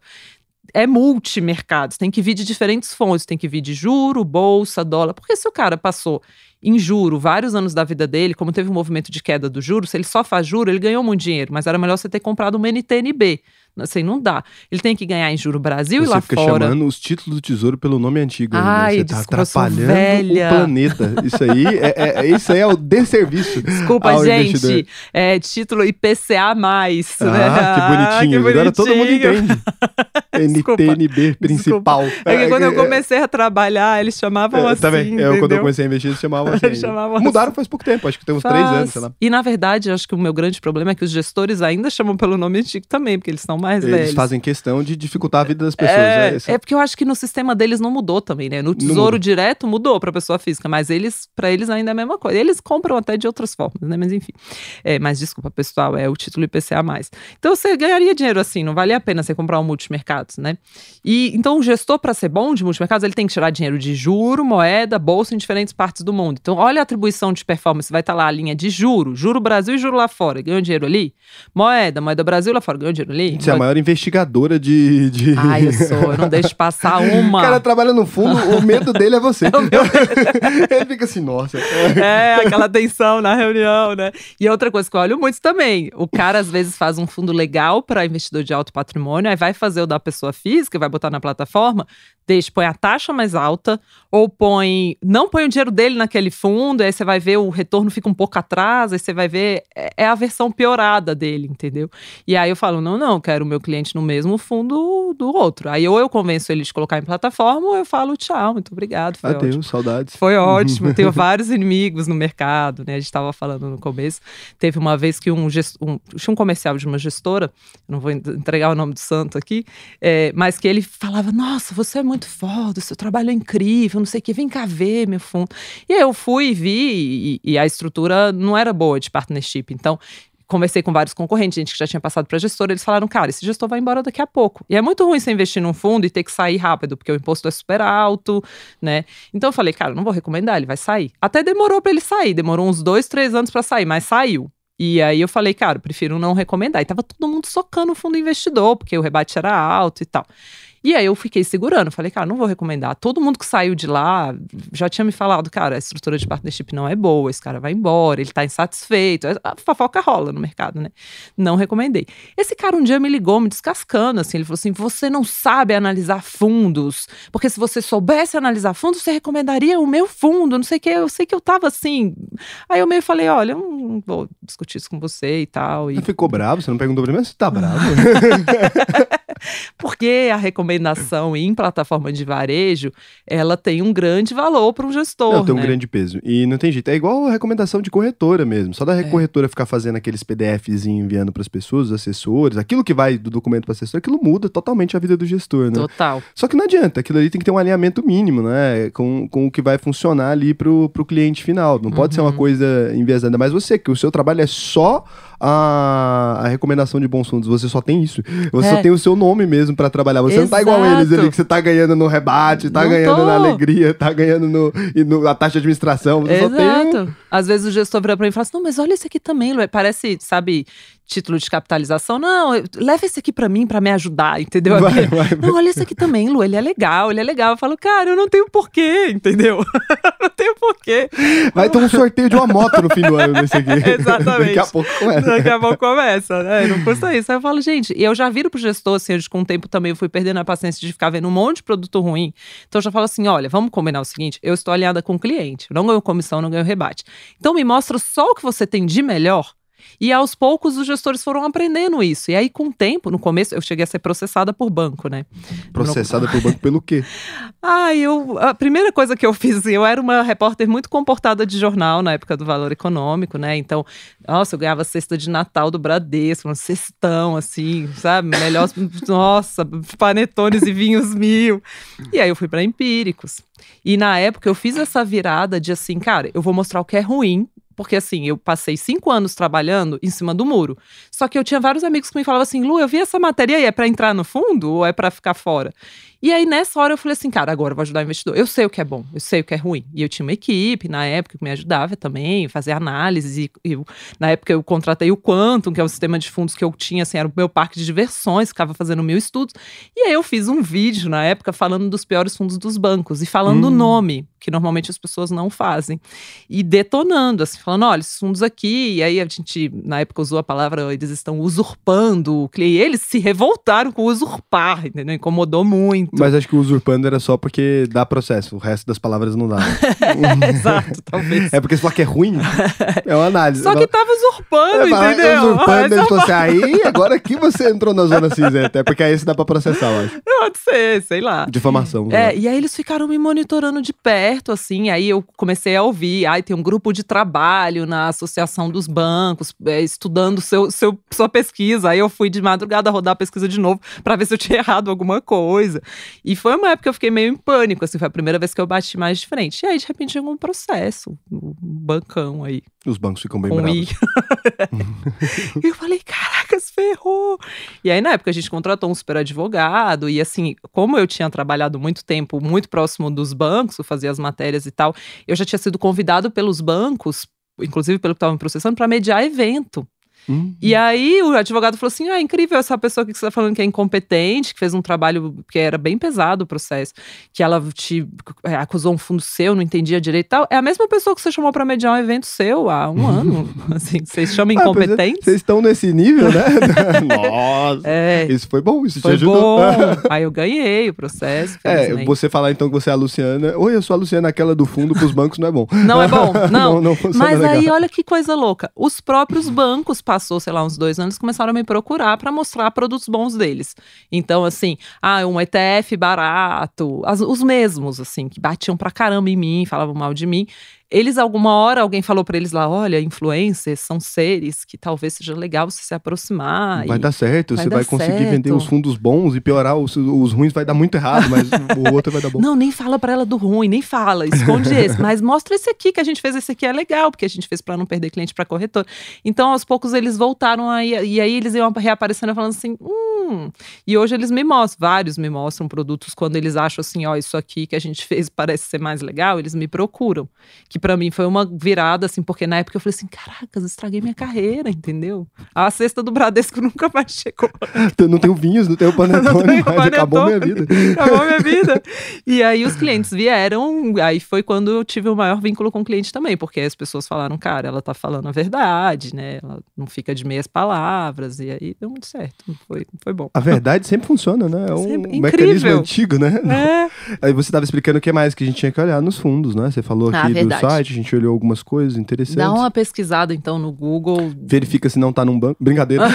É multimercados, tem que vir de diferentes fontes, tem que vir de juro, bolsa, dólar, porque se o cara passou em juro vários anos da vida dele, como teve um movimento de queda do juro, se ele só faz juro, ele ganhou muito dinheiro, mas era melhor você ter comprado uma N T N B, assim, não dá. Ele tem que ganhar em juro Brasil Você e lá fica fora. chamando os títulos do tesouro pelo nome antigo. ainda. Ai, Você tá desculpa, eu sou atrapalhando velha. o planeta. Isso aí é, é, isso aí é o desserviço. Desculpa, ao investidor. gente, é título I P C A mais, Ah, né? que bonitinho. Ah, que Agora todo mundo bonitinho. entende. Desculpa. N T N B principal. É que quando eu comecei a trabalhar, eles chamavam É, assim, tá bem. Eu, quando eu entendeu? comecei a investir, eles chamavam assim. Chamavam Mudaram assim. faz pouco tempo, acho que tem uns Faz. três anos, sei lá. E na verdade, acho que o meu grande problema é que os gestores ainda chamam pelo nome antigo também, porque eles são mais Eles velhos. fazem questão de dificultar a vida das pessoas. É, esse- é porque eu acho que no sistema deles não mudou também, né? No muda. Tesouro Direto mudou para pessoa física, mas eles, para eles ainda é a mesma coisa. Eles compram até de outras formas, né? Mas enfim. É, mas desculpa, pessoal, é o título I P C A mais. Então você ganharia dinheiro assim, não valia a pena você comprar um multimercados, né? E então o gestor, para ser bom de multimercados, ele tem que tirar dinheiro de juro, moeda, bolsa em diferentes partes do mundo. Então olha a atribuição de performance, vai estar lá a linha de juro, juro Brasil e juro lá fora, ganhou dinheiro ali? Moeda, moeda Brasil lá fora, ganhou dinheiro ali? Você é a maior investigadora de... de... Ai, eu sou, eu não deixo de passar uma. O cara trabalha no fundo, o medo dele é você. Ele fica assim, nossa. É, aquela tensão na reunião, né? E outra coisa que eu olho muito também, o cara às vezes faz um fundo legal para investidor de alto patrimônio, aí vai fazer o da pessoa física, vai botar na plataforma, deixa, põe a taxa mais alta, ou põe, não põe o dinheiro dele naquele fundo, aí você vai ver o retorno fica um pouco atrás, aí você vai ver, é, é a versão piorada dele, entendeu? E aí eu falo, não, não, quero o meu cliente no mesmo fundo do outro. Aí ou eu convenço ele de colocar em plataforma, ou eu falo tchau, muito obrigado, foi Adeus, ótimo. saudades. Foi ótimo, tenho vários inimigos no mercado, né? A gente estava falando no começo. Teve uma vez que um, gest... um... tinha um comercial de uma gestora, não vou entregar o nome do santo aqui, é, mas que ele falava, nossa, você é muito foda, seu trabalho é incrível, não sei o que, vem cá ver meu fundo. E aí eu fui e vi, e, e a estrutura não era boa de partnership, então... Conversei com vários concorrentes, gente que já tinha passado para gestora, eles falaram, cara, esse gestor vai embora daqui a pouco. E é muito ruim você investir num fundo e ter que sair rápido, porque o imposto é super alto, né? Então eu falei, cara, não vou recomendar, ele vai sair. Até demorou para ele sair, demorou uns dois, três anos para sair, mas saiu. E aí eu falei, cara, prefiro não recomendar. E tava todo mundo socando o fundo investidor, porque o rebate era alto e tal. E aí eu fiquei segurando, falei, cara, não vou recomendar. Todo mundo que saiu de lá já tinha me falado, cara, a estrutura de partnership não é boa, esse cara vai embora, ele tá insatisfeito. A fofoca rola no mercado, né? Não recomendei. Esse cara um dia me ligou, me descascando, assim, ele falou assim, você não sabe analisar fundos, porque se você soubesse analisar fundos, você recomendaria o meu fundo, não sei o que, eu sei que eu tava assim. Aí eu meio falei, olha, eu não vou discutir isso com você e tal. E... Você ficou bravo? Você não perguntou pra mim, mas você tá bravo? Porque a recomendação em plataforma de varejo, ela tem um grande valor para um gestor, Não, tem um né? grande peso. E não tem jeito. É igual a recomendação de corretora mesmo. Só da é. corretora ficar fazendo aqueles P D Fs enviando para as pessoas, os assessores, aquilo que vai do documento para assessor, aquilo muda totalmente a vida do gestor, né? Total. Só que não adianta. Aquilo ali tem que ter um alinhamento mínimo, né? Com, com o que vai funcionar ali pro, pro cliente final. Não pode uhum. ser uma coisa enviesada. Mas você, que o seu trabalho é só a, a recomendação de bons fundos. Você só tem isso. Você é. só tem o seu nome mesmo para trabalhar. Você Exato. Não tá igual eles ali, que você tá ganhando no rebate, tá não ganhando tô. na alegria, tá ganhando no, no, na taxa de administração. Você Exato. Só tem... Às vezes o gestor vira pra mim e fala assim, não, mas olha esse aqui também, Lu. Parece, sabe... título de capitalização, não, leva esse aqui pra mim pra me ajudar, entendeu? Vai, vai, vai. Não, olha esse aqui também, Lu, ele é legal, ele é legal. Eu falo, cara, eu não tenho porquê, entendeu? Não tenho porquê. Vai ter um sorteio de uma moto no fim do ano nesse aqui. Exatamente. Daqui a pouco começa. Daqui a pouco começa, né? Não custa isso. Aí eu falo, gente, e eu já viro pro gestor, assim, com o tempo também eu fui perdendo a paciência de ficar vendo um monte de produto ruim. Então eu já falo assim, olha, vamos combinar o seguinte, eu estou alinhada com o cliente, eu não ganho comissão, não ganho rebate. Então me mostra só o que você tem de melhor. E aos poucos os gestores foram aprendendo isso. E aí, com o tempo, no começo, eu cheguei a ser processada por banco, né? Processada no... por banco pelo quê? Ah, eu, a primeira coisa que eu fiz, eu era uma repórter muito comportada de jornal na época do Valor Econômico, né? Então, nossa, eu ganhava cesta de Natal do Bradesco, um cestão, assim, sabe? Melhor, nossa, panetones e vinhos mil. E aí eu fui para Empíricos. E na época eu fiz essa virada de assim, cara, eu vou mostrar o que é ruim. Porque assim, eu passei cinco anos trabalhando em cima do muro. Só que eu tinha vários amigos que me falavam assim, Lu, eu vi essa matéria aí, é pra entrar no fundo ou é pra ficar fora? E aí, nessa hora, eu falei assim, cara, agora eu vou ajudar o investidor. Eu sei o que é bom, eu sei o que é ruim. E eu tinha uma equipe, na época, que me ajudava também, fazer análise. E eu, na época, eu contratei o Quantum, que é o sistema de fundos que eu tinha, assim, era o meu parque de diversões, ficava fazendo mil estudos. E aí, eu fiz um vídeo, na época, falando dos piores fundos dos bancos e falando o hum. nome, que normalmente as pessoas não fazem. E detonando, assim, falando, olha, esses fundos aqui, e aí a gente, na época, usou a palavra, eles estão usurpando o cliente. Eles se revoltaram com usurpar, entendeu? Incomodou muito. Mas acho que o usurpando era só porque dá processo, o resto das palavras não dá. Exato, talvez. É porque você fala que é ruim, é uma análise. Só que tava usurpando, é, entendeu? Usurpando, eles falaram assim, aí agora aqui você entrou na zona cinzenta, é porque aí você dá pra processar, eu acho. Eu Pode ser, sei lá. Difamação. É, né? e aí eles ficaram me monitorando de perto, assim, aí eu comecei a ouvir, ai, tem um grupo de trabalho na Associação dos Bancos, é, estudando seu, seu, sua pesquisa, aí eu fui de madrugada rodar a pesquisa de novo pra ver se eu tinha errado alguma coisa. E foi uma época que eu fiquei meio em pânico, assim, foi a primeira vez que eu bati mais de frente. E aí, de repente, chegou um processo, um bancão aí. Os bancos ficam bem Com bravos. I. E eu falei, caracas, ferrou! E aí, na época, a gente contratou um super advogado. E assim, como eu tinha trabalhado muito tempo, muito próximo dos bancos, eu fazia as matérias e tal, eu já tinha sido convidado pelos bancos, inclusive pelo que estava me processando, para mediar evento. Hum. E aí o advogado falou assim, ah, incrível essa pessoa que você tá falando que é incompetente, que fez um trabalho que era bem pesado o processo, que ela te é, acusou um fundo seu, não entendia direito e tal, é a mesma pessoa que você chamou pra mediar um evento seu há um ano, assim, vocês chamam incompetentes? Ah, vocês estão nesse nível, né? Nossa, é, isso foi bom, isso foi te ajudou. Bom. Aí eu ganhei o processo, É, você falar então que você é a Luciana, oi, eu sou a Luciana, aquela do fundo pros bancos não é bom. Não é bom, não, não, não funciona mas legal. aí olha que coisa louca, os próprios bancos passou, sei lá, uns dois anos, começaram a me procurar para mostrar produtos bons deles. Então, assim, ah, um E T F barato, as, os mesmos, assim, que batiam pra caramba em mim, falavam mal de mim. Eles, alguma hora, alguém falou pra eles lá, olha, influencers são seres que talvez seja legal você se aproximar. Vai dar certo, vai você dar vai conseguir certo. vender os fundos bons e piorar os, os ruins, vai dar muito errado, mas o outro vai dar bom. Não, nem fala pra ela do ruim, nem fala, esconde esse, mas mostra esse aqui, que a gente fez, esse aqui é legal, porque a gente fez pra não perder cliente pra corretor. Então, aos poucos, eles voltaram aí, e aí eles iam reaparecendo falando assim, hum, e hoje eles me mostram, vários me mostram produtos, quando eles acham assim, ó, isso aqui que a gente fez parece ser mais legal, eles me procuram, que pra mim foi uma virada, assim, porque na época eu falei assim, caracas, estraguei minha carreira, entendeu? A cesta do Bradesco nunca mais chegou. Não tenho vinhos, não tenho panetone, mas acabou minha vida. Acabou minha vida. E aí os clientes vieram, aí foi quando eu tive o maior vínculo com o cliente também, porque as pessoas falaram, cara, ela tá falando a verdade, né? Ela não fica de meias palavras, e aí deu muito certo, foi, foi bom. A verdade sempre funciona, né? É um sempre, mecanismo antigo, né? É. Aí você tava explicando o que mais que a gente tinha que olhar nos fundos, né? Você falou aqui ah, do site, a gente olhou algumas coisas interessantes. Dá uma pesquisada então no Google. Verifica se não tá num banco. Brincadeira.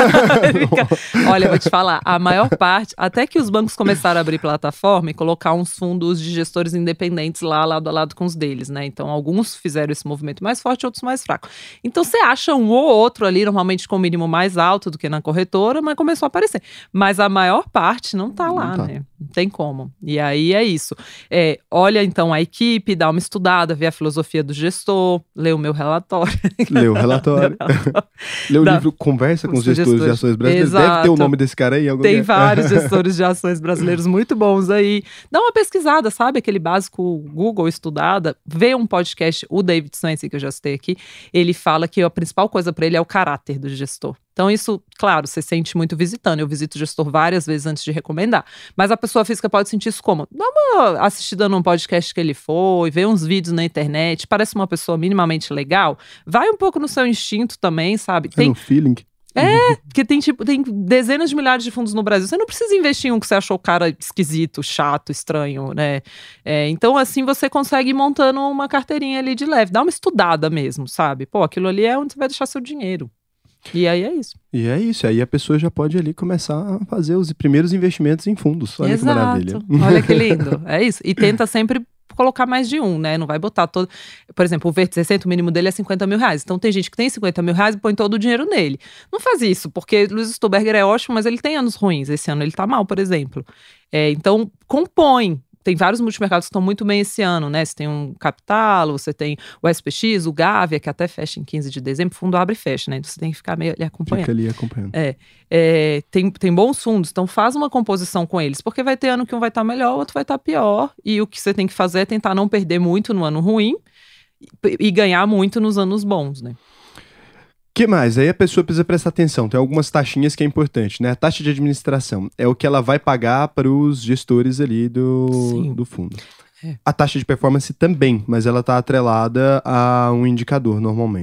Olha, eu vou te falar, a maior parte, até que os bancos começaram a abrir plataforma e colocar uns fundos de gestores independentes lá, lado a lado com os deles, né? Então, alguns fizeram esse movimento mais forte, outros mais fraco. Então, você acha um ou outro ali, normalmente com o mínimo mais alto do que na corretora, mas começou a aparecer. Mas a maior parte não tá lá, não tá. né? Não tem como. E aí é isso. É, olha, então, a equipe, dá uma estudada, vê a filosofia do gestor, lê o meu relatório. Lê o relatório. Lê o da, livro Conversa com os gestores, gestores de ações brasileiros. Exato. Deve ter o nome desse cara aí. Algum tem lugar. vários gestores de ações brasileiros muito bons aí. Dá uma pesquisada, sabe? Aquele básico Google estudada. Vê um podcast, o David Swensen, que eu já citei aqui. Ele fala que a principal coisa para ele é o caráter do gestor. Então isso, claro, você sente muito visitando. Eu visito o gestor várias vezes antes de recomendar. Mas a pessoa física pode sentir isso como? Dá uma assistida num podcast que ele foi, vê uns vídeos na internet, parece uma pessoa minimamente legal. Vai um pouco no seu instinto também, sabe? Tem um feeling. É, porque tem, tipo, tem dezenas de milhares de fundos no Brasil. Você não precisa investir em um que você achou o cara esquisito, chato, estranho, né? É, então, assim, você consegue ir montando uma carteirinha ali de leve. Dá uma estudada mesmo, sabe? Pô, aquilo ali é onde você vai deixar seu dinheiro. E aí é isso. E é isso, aí a pessoa já pode ali começar a fazer os primeiros investimentos em fundos. Olha Exato. Que maravilha. Olha que lindo, é isso. E tenta sempre colocar mais de um, né? Não vai botar todo... Por exemplo, o Verde sessenta, o mínimo dele é cinquenta mil reais. Então tem gente que tem cinquenta mil reais e põe todo o dinheiro nele. Não faz isso, porque Luiz Stuberger é ótimo, mas ele tem anos ruins. Esse ano ele tá mal, por exemplo. É, então, compõe. Tem vários multimercados que estão muito bem esse ano, né? Você tem um Capital, você tem o S P X, o Gávea, que até fecha em quinze de dezembro, o fundo abre e fecha, né? Então você tem que ficar meio ali acompanhando. Fica ali acompanhando. É, é, tem, tem bons fundos, então faz uma composição com eles, porque vai ter ano que um vai estar melhor, o outro vai estar pior, e o que você tem que fazer é tentar não perder muito no ano ruim e, e ganhar muito nos anos bons, né? Que mais? Aí a pessoa precisa prestar atenção. Tem algumas taxinhas que é importante, né? A taxa de administração é o que ela vai pagar para os gestores ali do, do fundo. É. A taxa de performance também, mas ela está atrelada a um indicador normalmente.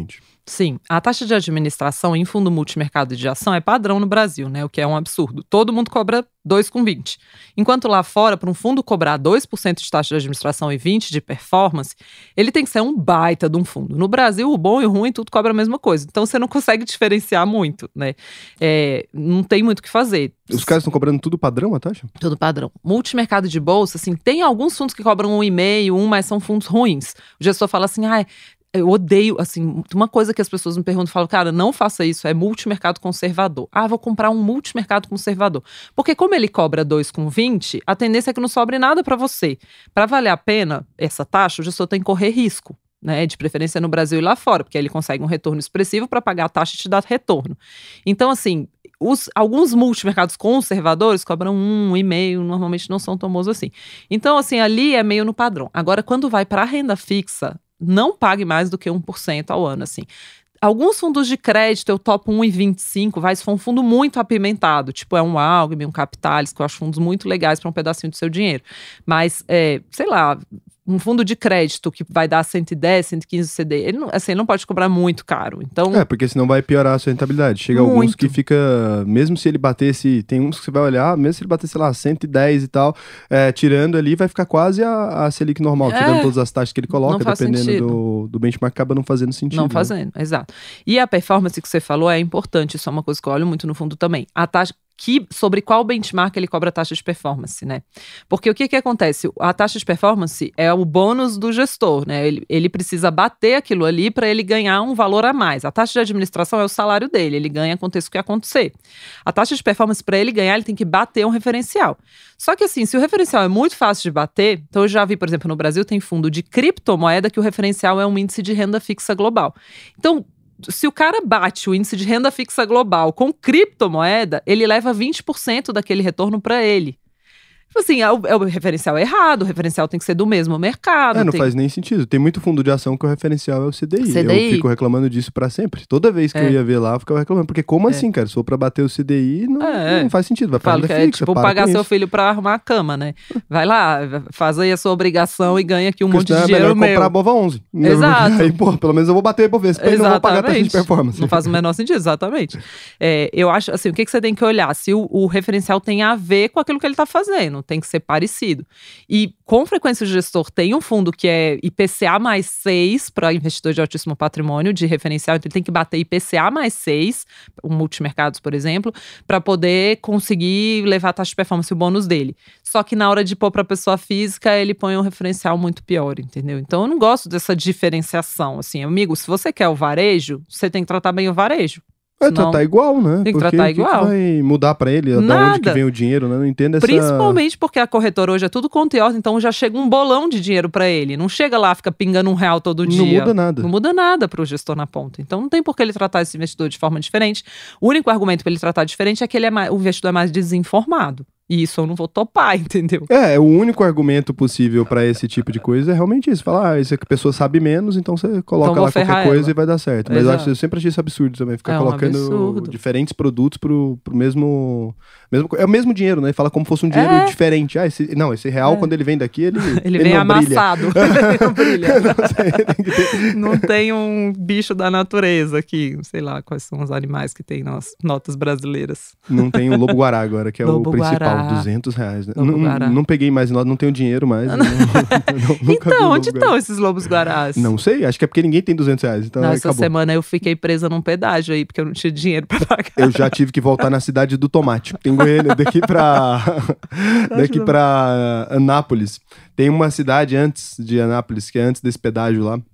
Sim, a taxa de administração em fundo multimercado de ação é padrão no Brasil, né? O que é um absurdo. Todo mundo cobra dois vírgula vinte. Enquanto lá fora, para um fundo cobrar dois por cento de taxa de administração e vinte por cento de performance, ele tem que ser um baita de um fundo. No Brasil, o bom e o ruim, tudo cobra a mesma coisa. Então, você não consegue diferenciar muito, né? É, não tem muito o que fazer. Os caras estão cobrando tudo padrão, a taxa? Tudo padrão. Multimercado de bolsa, assim, tem alguns fundos que cobram um vírgula cinco, um, mas são fundos ruins. O gestor fala assim, ah, eu odeio, assim, uma coisa que as pessoas me perguntam, falam, cara, não faça isso, é multimercado conservador. Ah, vou comprar um multimercado conservador. Porque como ele cobra dois vírgula vinte, a tendência é que não sobre nada para você. Para valer a pena essa taxa, o gestor tem que correr risco, né, de preferência no Brasil e lá fora, porque aí ele consegue um retorno expressivo para pagar a taxa e te dar retorno. Então, assim, os, alguns multimercados conservadores cobram um e meio, normalmente não são tão bons assim. Então, assim, ali é meio no padrão. Agora, quando vai para a renda fixa, não pague mais do que um por cento ao ano, assim. Alguns fundos de crédito eu topo um vírgula vinte e cinco, vai se for um fundo muito apimentado, tipo é um Alckmin, um Capitalis, que eu acho fundos muito legais para um pedacinho do seu dinheiro. Mas, é, sei lá, um fundo de crédito que vai dar cento e dez, cento e quinze C D, ele não, assim, ele não pode cobrar muito caro. Então, é, porque senão vai piorar a sua rentabilidade. Chega muito. Alguns que fica, mesmo se ele batesse, tem uns que você vai olhar, mesmo se ele bater, sei lá, cento e dez e tal, é, tirando ali, vai ficar quase a, a Selic normal, é, tirando todas as taxas que ele coloca, dependendo do, do benchmark, acaba não fazendo sentido. Não né? fazendo, exato. E a performance que você falou é importante, isso é uma coisa que eu olho muito no fundo também. A taxa Que, sobre qual benchmark ele cobra a taxa de performance, né? Porque o que que acontece? A taxa de performance é o bônus do gestor, né? Ele, ele precisa bater aquilo ali para ele ganhar um valor a mais. A taxa de administração é o salário dele, ele ganha aconteça o que acontecer. A taxa de performance, para ele ganhar, ele tem que bater um referencial. Só que assim, se o referencial é muito fácil de bater, então eu já vi, por exemplo, no Brasil tem fundo de criptomoeda que o referencial é um índice de renda fixa global. Então, se o cara bate o índice de renda fixa global com criptomoeda, ele leva vinte por cento daquele retorno para ele. Assim, é o, é o referencial errado, o referencial tem que ser do mesmo mercado. É, não tem... faz nem sentido. Tem muito fundo de ação que o referencial é o C D I. C D I. Eu fico reclamando disso pra sempre. Toda vez que É. eu ia ver lá, eu ficava reclamando. Porque como É. assim, cara? Se for pra bater o C D I, não, É. não faz sentido. Vai pra Falo renda que é fixa, tipo para pagar com seu isso. filho pra arrumar a cama, né? Vai lá, faz aí a sua obrigação e ganha aqui um Porque monte de senão é dinheiro melhor meu. comprar a Bova onze. Exato. Aí, pô, pelo menos eu vou bater pra ver. Se eu não vou pagar a taxa de performance. Não faz o menor sentido, exatamente. É, eu acho, assim, o que, que você tem que olhar? Se o, o referencial tem a ver com aquilo que ele está fazendo, tem que ser parecido. E, com frequência, o gestor tem um fundo que é I P C A mais seis para investidor de altíssimo patrimônio, de referencial, então ele tem que bater I P C A mais seis, um multimercados, por exemplo, para poder conseguir levar a taxa de performance, o bônus dele. Só que na hora de pôr para pessoa física, ele põe um referencial muito pior, entendeu? Então, eu não gosto dessa diferenciação, assim, amigo, se você quer o varejo, você tem que tratar bem o varejo. É Senão, tratar igual, né? Tem que porque tratar o que igual. que vai mudar pra ele? Da Nada. onde que vem o dinheiro, né? Não entendo essa... Principalmente porque a corretora hoje é tudo conta e ordem, então já chega um bolão de dinheiro pra ele. Não chega lá, fica pingando um real todo dia. Não muda nada. Não muda nada pro gestor na ponta. Então não tem por que ele tratar esse investidor de forma diferente. O único argumento para ele tratar diferente é que ele é mais, o investidor é mais desinformado. E isso eu não vou topar, entendeu? É, o único argumento possível pra esse tipo de coisa é realmente isso. Falar, ah, isso aqui a pessoa sabe menos, então você coloca Então vou lá qualquer ferrar coisa ela. e vai dar certo. Mas eu, Exato. acho, eu sempre achei isso absurdo também, ficar É um colocando absurdo. diferentes produtos pro, pro mesmo, mesmo... É o mesmo dinheiro, né? Fala como fosse um dinheiro É. diferente. Ah, esse, não, esse real, É. quando ele vem daqui, ele Ele, vem não brilha. amassado. Ele não brilha. Não sei, tem que ter- Não tem um bicho da natureza aqui. Sei lá quais são os animais que tem nas notas brasileiras. Não tem o Lobo-Guará agora, que é Lobo o principal, Guará. duzentos reais. Né? Lobo Não, Guará. não peguei mais nota, não tenho dinheiro mais. não, não, nunca vi o Então, onde Lobo-Guará. estão esses lobos guarás? Não sei, acho que é porque ninguém tem duzentos reais, então aí Nessa acabou. semana eu fiquei presa num pedágio aí, porque eu não tinha dinheiro pra pagar. Eu já tive que voltar na cidade do tomate. Tem Goiânia, daqui pra daqui do- pra Anápolis. Tem uma cidade antes de Anápolis, que é antes desse pedágio lá.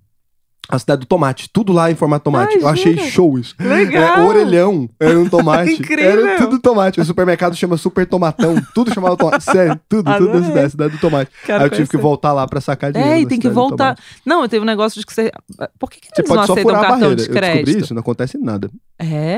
A cidade do tomate, tudo lá em formato tomate. Ai, eu achei jura? show isso. Legal! É, o orelhão era um tomate. Incrível! Era tudo tomate. O supermercado chama Super Tomatão. Tudo chamava tomate. Sério, tudo, tudo Adorei. da cidade, cidade do tomate. Quero Aí eu tive que conhecer. voltar lá pra sacar dinheiro. É, e da tem que cidade do voltar. tomate. Não, eu teve um negócio de que você. Por que, que Você eles pode não só aceitam furar a cartão barreira. de Eu descobri crédito? isso, não acontece nada. É.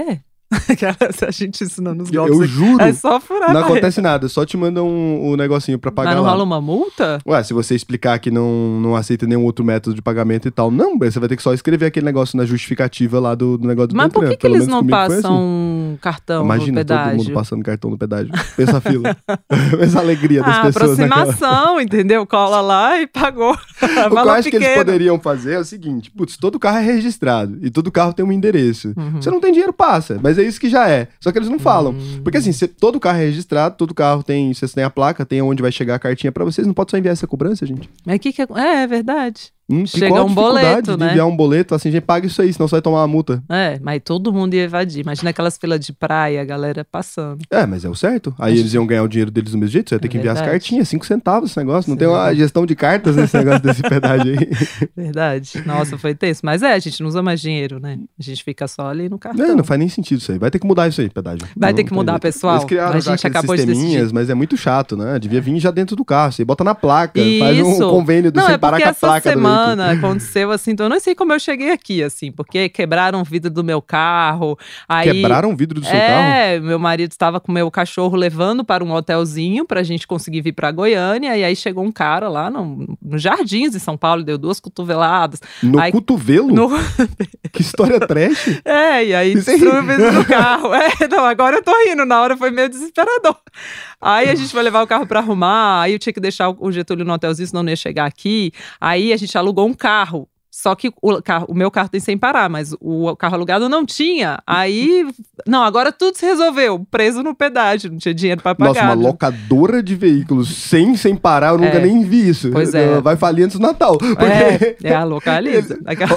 A gente ensinando os golpes. Eu juro. É só furar. Não acontece nada, só te mandam um, um negocinho pra pagar. Mas não lá. rola uma multa? Ué, se você explicar que não, não aceita nenhum outro método de pagamento e tal, não, você vai ter que só escrever aquele negócio na justificativa lá do, do negócio do Mas por que, que Pelo eles menos não comigo foi passam assim. um cartão Imagina no pedágio? todo mundo passando cartão no pedágio. Pensa a fila. Pensa a alegria das ah, pessoas naquela. aproximação, entendeu? Cola lá e pagou. O que eu acho que eles poderiam fazer é o seguinte, putz, todo carro é registrado e todo carro tem um endereço. Uhum. Você não tem dinheiro, passa. Mas é isso que já é. Só que eles não falam. Uhum. Porque assim, cê, todo carro é registrado, todo carro tem, vocês têm a placa, tem onde vai chegar a cartinha pra vocês, não pode só enviar essa cobrança, gente. Mas que que é... é, é verdade. Hum, Chega um boleto, de né? enviar um boleto, assim, gente, paga isso aí, senão você vai tomar uma multa. É, mas todo mundo ia evadir. Imagina aquelas filas de praia, a galera passando. É, mas é o certo. Aí Acho eles iam ganhar o dinheiro deles do mesmo jeito, você ia ter É que enviar verdade. as cartinhas, cinco centavos esse negócio. Não Sim. tem uma gestão de cartas nesse negócio desse pedágio aí. Verdade. Nossa, foi tenso. Mas é, a gente não usa mais dinheiro, né? A gente fica só ali no cartão. Não, não faz nem sentido isso aí. Vai ter que mudar isso aí, pedágio. Vai Não ter que tem mudar, jeito. pessoal. Eles criaram A já gente aqueles acabou de sisteminhas, decidir. mas é muito chato, né? Devia vir já dentro do carro. Você bota na placa, faz Isso. um convênio do Não, sem é parar porque com a essa placa do veículo. semana aconteceu assim, então eu não sei como eu cheguei aqui, assim, porque quebraram o vidro do meu carro. Aí, Quebraram o vidro do seu carro? É, meu marido estava com o meu cachorro levando para um hotelzinho pra gente conseguir vir pra Goiânia, e aí chegou um cara lá no, no Jardins de São Paulo, deu duas cotoveladas. No aí, cotovelo? no... Que história trash. É, e aí Isso aí. destruiu o vidro do carro. É, não, agora eu tô rindo, na hora foi meio desesperador. Aí a gente foi levar o carro pra arrumar, aí eu tinha que deixar o Getúlio no hotelzinho, senão não ia chegar aqui. Aí a gente alugou um carro. Só que o, carro, o meu carro tem sem parar, mas o carro alugado não tinha. Aí, não, agora tudo se resolveu. Preso no pedágio, não tinha dinheiro pra pagar. Nossa, uma locadora de veículos sem, sem parar, eu nunca É. nem vi isso. Pois é. Vai falir antes do Natal. Porque... É, é a localiza.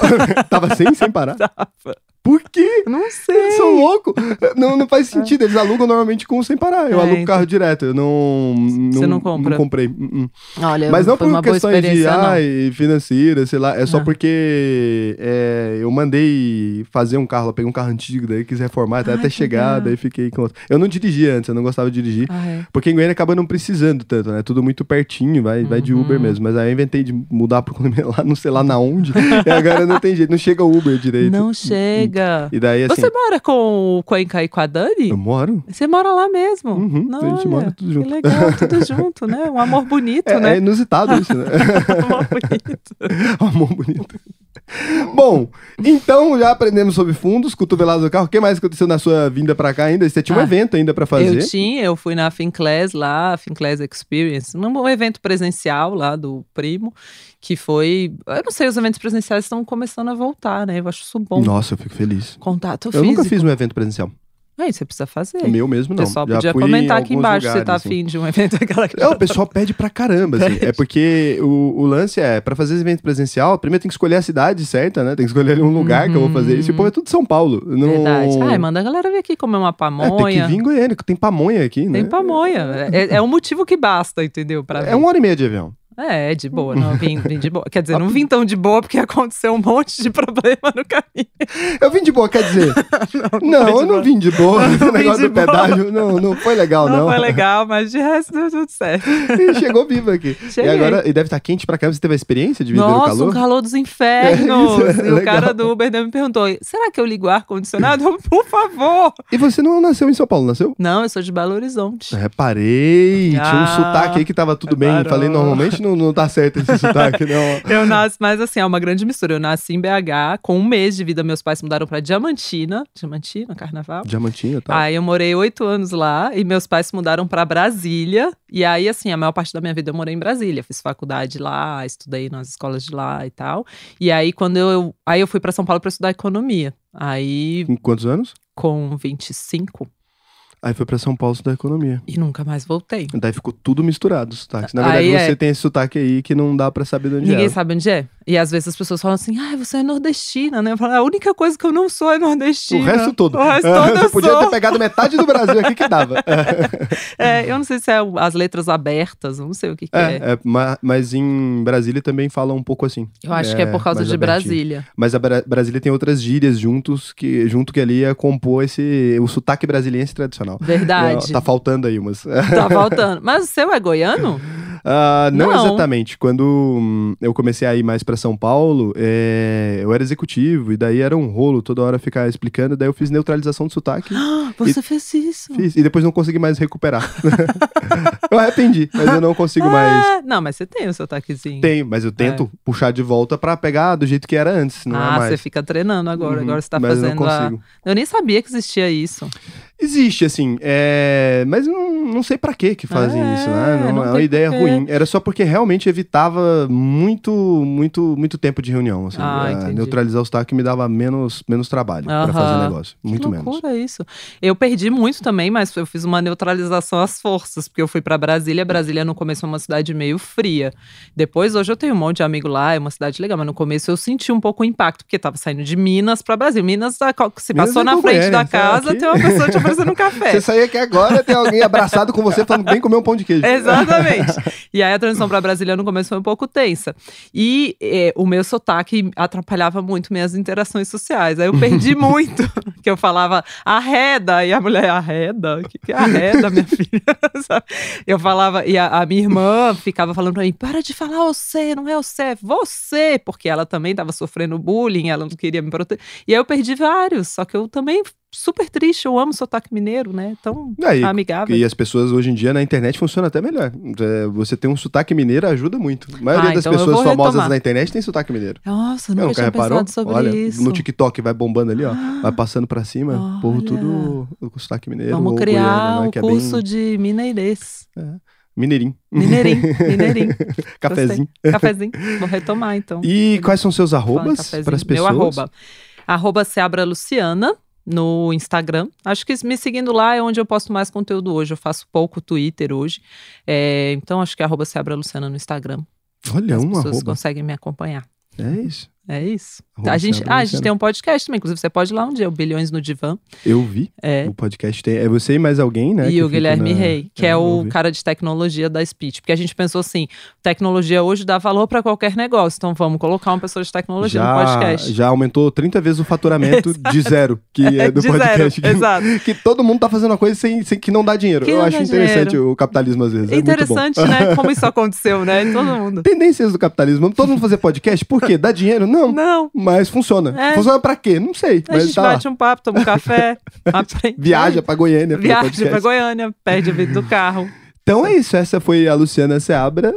Tava sem, sem parar? Tava. Por quê? Não sei. Eles são loucos. Não, não faz sentido. Eles alugam normalmente com sem parar. Eu É, alugo então. carro direto. Eu não. Você não compra? Não comprei. Uh-uh. Olha, Mas não foi por uma boa questões de experiência, não. ai, financeira, sei lá. É só Não. porque é, eu mandei fazer um carro. Eu peguei um carro antigo, daí quis reformar até, Ai, até que chegar. legal. Daí fiquei com. Eu não dirigia antes, eu não gostava de dirigir. Ah, é. Porque em Goiânia acaba não precisando tanto, né? Tudo muito pertinho, vai, vai de Uhum. Uber mesmo. Mas aí eu inventei de mudar pro condomínio lá, não sei lá na onde. E agora não tem jeito, não chega o Uber direito. Não chega. E daí assim. Você mora com o Cuenca e com a Dani? Eu moro? Você mora lá mesmo? Uhum, Não, a gente olha, mora tudo junto. Que legal, tudo junto, né? Um amor bonito, É, né? é inusitado isso, né? Um amor bonito. Amor bonito. Bom, então já aprendemos sobre fundos, cotoveladas do carro. O que mais aconteceu na sua vinda pra cá ainda? Você tinha um Ah, evento ainda pra fazer? Eu tinha, eu fui na Finclass lá, Finclass Experience, num evento presencial lá do primo, que foi... Eu não sei, os eventos presenciais estão começando a voltar, né? Eu acho isso bom. Nossa, eu fico feliz. Contato Eu físico. nunca fiz um evento presencial. Aí você precisa fazer. O meu mesmo O não. pessoal Já podia fui em comentar aqui alguns embaixo se lugares, tá assim. afim de um evento aquela É, o pessoal pede pra caramba, assim. Pede. É porque o, o lance é, pra fazer esse evento presencial, primeiro tem que escolher a cidade certa, né? Tem que escolher um lugar que eu vou fazer isso. E, pô, é tudo São Paulo. Não... Verdade. Ai, manda a galera vir aqui comer uma É, pamonha. tem que vir em Goiânia, que tem pamonha aqui, né? Tem pamonha. É, é um motivo que basta, entendeu? Pra É vir. uma hora e meia de avião. É, de boa. Não, vim, vim de boa. Quer dizer, não vim tão de boa porque aconteceu um monte de problema no caminho. Eu vim de boa, quer dizer... Não, Não, foi de eu não boa. vim de boa. Não O vim negócio de do pedágio não, não foi legal, Não, não. foi legal, mas de resto deu tudo certo. E chegou vivo aqui. Cheguei. E agora, e deve estar quente pra caramba. Você teve a experiência de viver no Nossa, calor? um calor dos infernos. É, isso é e o legal. cara do Uber me perguntou, será que eu ligo o ar-condicionado? Eu, Por favor. E você não nasceu em São Paulo, nasceu? Não, eu sou de Belo Horizonte. Reparei. Tinha um Ah, sotaque aí que tava tudo bem. reparou. Falei, normalmente não, não tá certo esse sotaque, não. Eu nasci, mas assim, é uma grande mistura. Eu nasci em B H, com um mês de vida, meus pais mudaram pra Diamantina. Diamantina, Carnaval. Diamantinho, tá? Aí eu morei oito anos lá e meus pais se mudaram pra Brasília. E aí, assim, a maior parte da minha vida eu morei em Brasília. Fiz faculdade lá, estudei nas escolas de lá e tal. E aí, quando eu. Aí eu fui pra São Paulo pra estudar economia. Aí, Com quantos anos? com vinte e cinco, Aí foi pra São Paulo estudar economia. e nunca mais voltei. Daí ficou tudo misturado os sotaques. Na verdade, Aí você é. tem esse sotaque aí que não dá pra saber de onde Ninguém é. sabe onde é. E às vezes as pessoas falam assim, ah, você é nordestina, né? Eu falo, a única coisa que eu não sou é nordestina. O resto todo. O resto todo Você eu podia sou. ter pegado metade do Brasil aqui que dava. É, eu não sei se é o- as letras abertas, eu não sei o que, que é. É, é, ma- mas em Brasília também fala um pouco assim. Eu acho que é por causa mais de abertinho. Brasília. Mas a Bra- Brasília tem outras gírias juntos que, junto que ali ia compor esse, o sotaque brasiliense tradicional. Verdade. Tá faltando aí umas. Tá faltando. Mas o seu é goiano? Uh, não, Não. exatamente. Quando hum, eu comecei a ir mais pra São Paulo, é, eu era executivo, e daí era um rolo toda hora ficar explicando, daí eu fiz neutralização de sotaque. Você fez isso? Fiz, e depois não consegui mais recuperar. Eu arrependi, mas eu não consigo mais. Ah, não, mas você tem o sotaquezinho. Tenho, mas eu tento puxar de volta pra pegar do jeito que era antes, não é Ah, mais. você fica treinando agora, Uhum, agora você tá mas eu fazendo não a... consigo. Eu nem sabia que existia isso. Existe, assim, é... mas não, não sei pra que que fazem É, isso, né? Não, não é tem uma ideia porquê. ruim. Era só porque realmente evitava muito, muito, muito tempo de reunião, assim. Ah, É, entendi. neutralizar o sotaque me dava menos, menos trabalho pra Aham. fazer negócio. Muito que menos. loucura isso. Eu perdi muito também, mas eu fiz uma neutralização às forças, porque eu fui pra Brasília. Brasília no começo é uma cidade meio fria. Depois, hoje eu tenho um monte de amigo lá, é uma cidade legal, mas no começo eu senti um pouco o impacto, porque tava saindo de Minas pra Brasília. Minas, se Minas passou é na frente Goiânia, da tá casa, aqui. tem uma pessoa te oferecendo um café. Você sair aqui agora, tem alguém abraçado com você falando bem comer um pão de queijo. Exatamente. E aí a transição pra Brasília no começo foi um pouco tensa. E eh, o meu sotaque atrapalhava muito minhas interações sociais. Aí eu perdi muito. Que eu falava arreda, e a mulher, arreda? O que, que é arreda, minha filha? Sabe? Eu falava, e a, a minha irmã ficava falando pra mim, para de falar você, não é você, é você. Porque ela também tava sofrendo bullying, ela não queria me proteger. E aí eu perdi vários, só que eu também... super triste, eu amo sotaque mineiro, né? Tão É, e, amigável. E as pessoas hoje em dia na internet funciona até melhor. É, você ter um sotaque mineiro ajuda muito. A maioria Ah, das então eu pessoas vou famosas retomar. na internet tem sotaque mineiro. Nossa, eu Não, nunca nunca tinha reparou? pensado sobre Olha, isso. no TikTok vai bombando ali, ó. Ah, Vai passando pra cima. O povo olha. tudo com sotaque mineiro. Vamos ou criar goiano, né, o que é curso bem... de mineirês. É. Mineirinho. Mineirinho, mineirinho. Cafezinho. Gostei. Cafezinho. Vou retomar, então. E quais são seus Falando arrobas cafezinho. para as pessoas? Meu arroba. Arroba Seabra Luciana no Instagram. Acho que me seguindo lá é onde eu posto mais conteúdo hoje. Eu faço pouco Twitter hoje. É, então acho que é arroba Seabra Luciana no Instagram. Olha, As um pessoas arroba. conseguem me acompanhar. É isso. É isso. Arroba A gente, Seabra ah, a gente Luciana. tem um podcast também. Inclusive, você pode ir lá um dia, o Bilhões no Divã. Eu vi. É. O podcast tem. É você e mais alguém, né? E que o fica Guilherme na- Rey, que é, eu o vi. cara de tecnologia da Speech. Porque a gente pensou assim, tecnologia hoje dá valor para qualquer negócio. Então vamos colocar uma pessoa de tecnologia no podcast. Já aumentou trinta vezes o faturamento de zero, que é do De podcast. zero, que, exato. que todo mundo tá fazendo uma coisa sem, sem que não dá dinheiro. Que Eu não acho dá interessante dinheiro. o capitalismo às vezes. É É muito bom. interessante, né? Como isso aconteceu, né? Em todo mundo. Tendências do capitalismo. Todo mundo fazer podcast. Por quê? Dá dinheiro? Não. Não. Mas funciona. É. Funciona pra quê? Não sei. A Mas gente tá lá. bate um papo, toma um café, aprende. Viaja pra Goiânia. pra Viaja podcast. pra Goiânia, perde a vida do carro. Então é isso, essa foi a Luciana Seabra.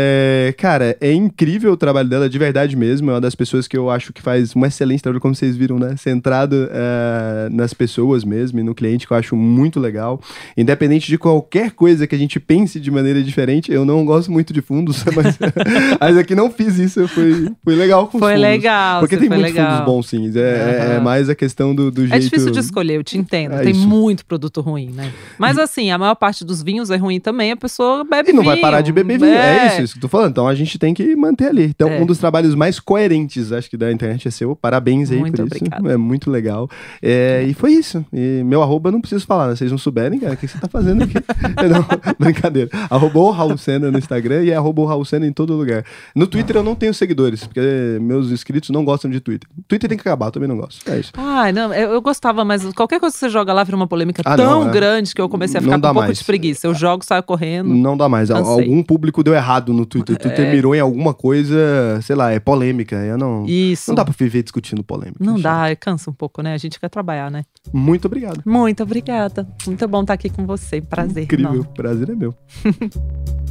É, cara, é incrível o trabalho dela, de verdade mesmo. É uma das pessoas que eu acho que faz um excelente trabalho, como vocês viram, né? Centrado é, nas pessoas mesmo e no cliente, que eu acho muito legal. Independente de qualquer coisa que a gente pense de maneira diferente, eu não gosto muito de fundos, mas, mas aqui não fiz isso, foi, foi legal com os Foi fundos. legal, Porque você tem foi muitos legal. fundos bons, sim. É, é- é Aham. mais a questão do, do jeito... É difícil de escolher, eu te entendo. É Tem isso. muito produto ruim, né? Mas assim, a maior parte dos vinhos é ruim também, a pessoa bebe E não vinho. vai parar de beber vinho. É, isso, isso que eu tô falando. Então a gente tem que manter ali. Então, É. um dos trabalhos mais coerentes, acho que da internet é seu. Parabéns aí Muito por obrigada. isso. É muito legal. É, e foi isso. E meu arroba eu não preciso falar, né? Vocês não souberem, cara, o que você tá fazendo aqui? Não, brincadeira. Arroba o Raul Sena no Instagram e é arroba o Raul Sena em todo lugar. No Twitter eu não tenho seguidores, porque meus inscritos não gostam de Twitter. Twitter tem que acabar, eu também não gosto. É isso. Ai, não, eu, eu gostava, mas qualquer coisa que você joga lá vira uma polêmica Ah, tão não, é. grande que eu comecei a Não ficar com dá um pouco mais. de preguiça. Eu jogo, saio correndo. Não dá mais. Al- Cansei. Algum público deu errado no Twitter. O Twitter É. mirou em alguma coisa, sei lá, é polêmica. Eu não, Isso. não dá pra viver discutindo polêmica. Não Gente. dá, cansa um pouco, né? A gente quer trabalhar, né? Muito obrigado. Muito obrigada. Muito bom estar aqui com você. Prazer. Incrível. enorme. Prazer é meu.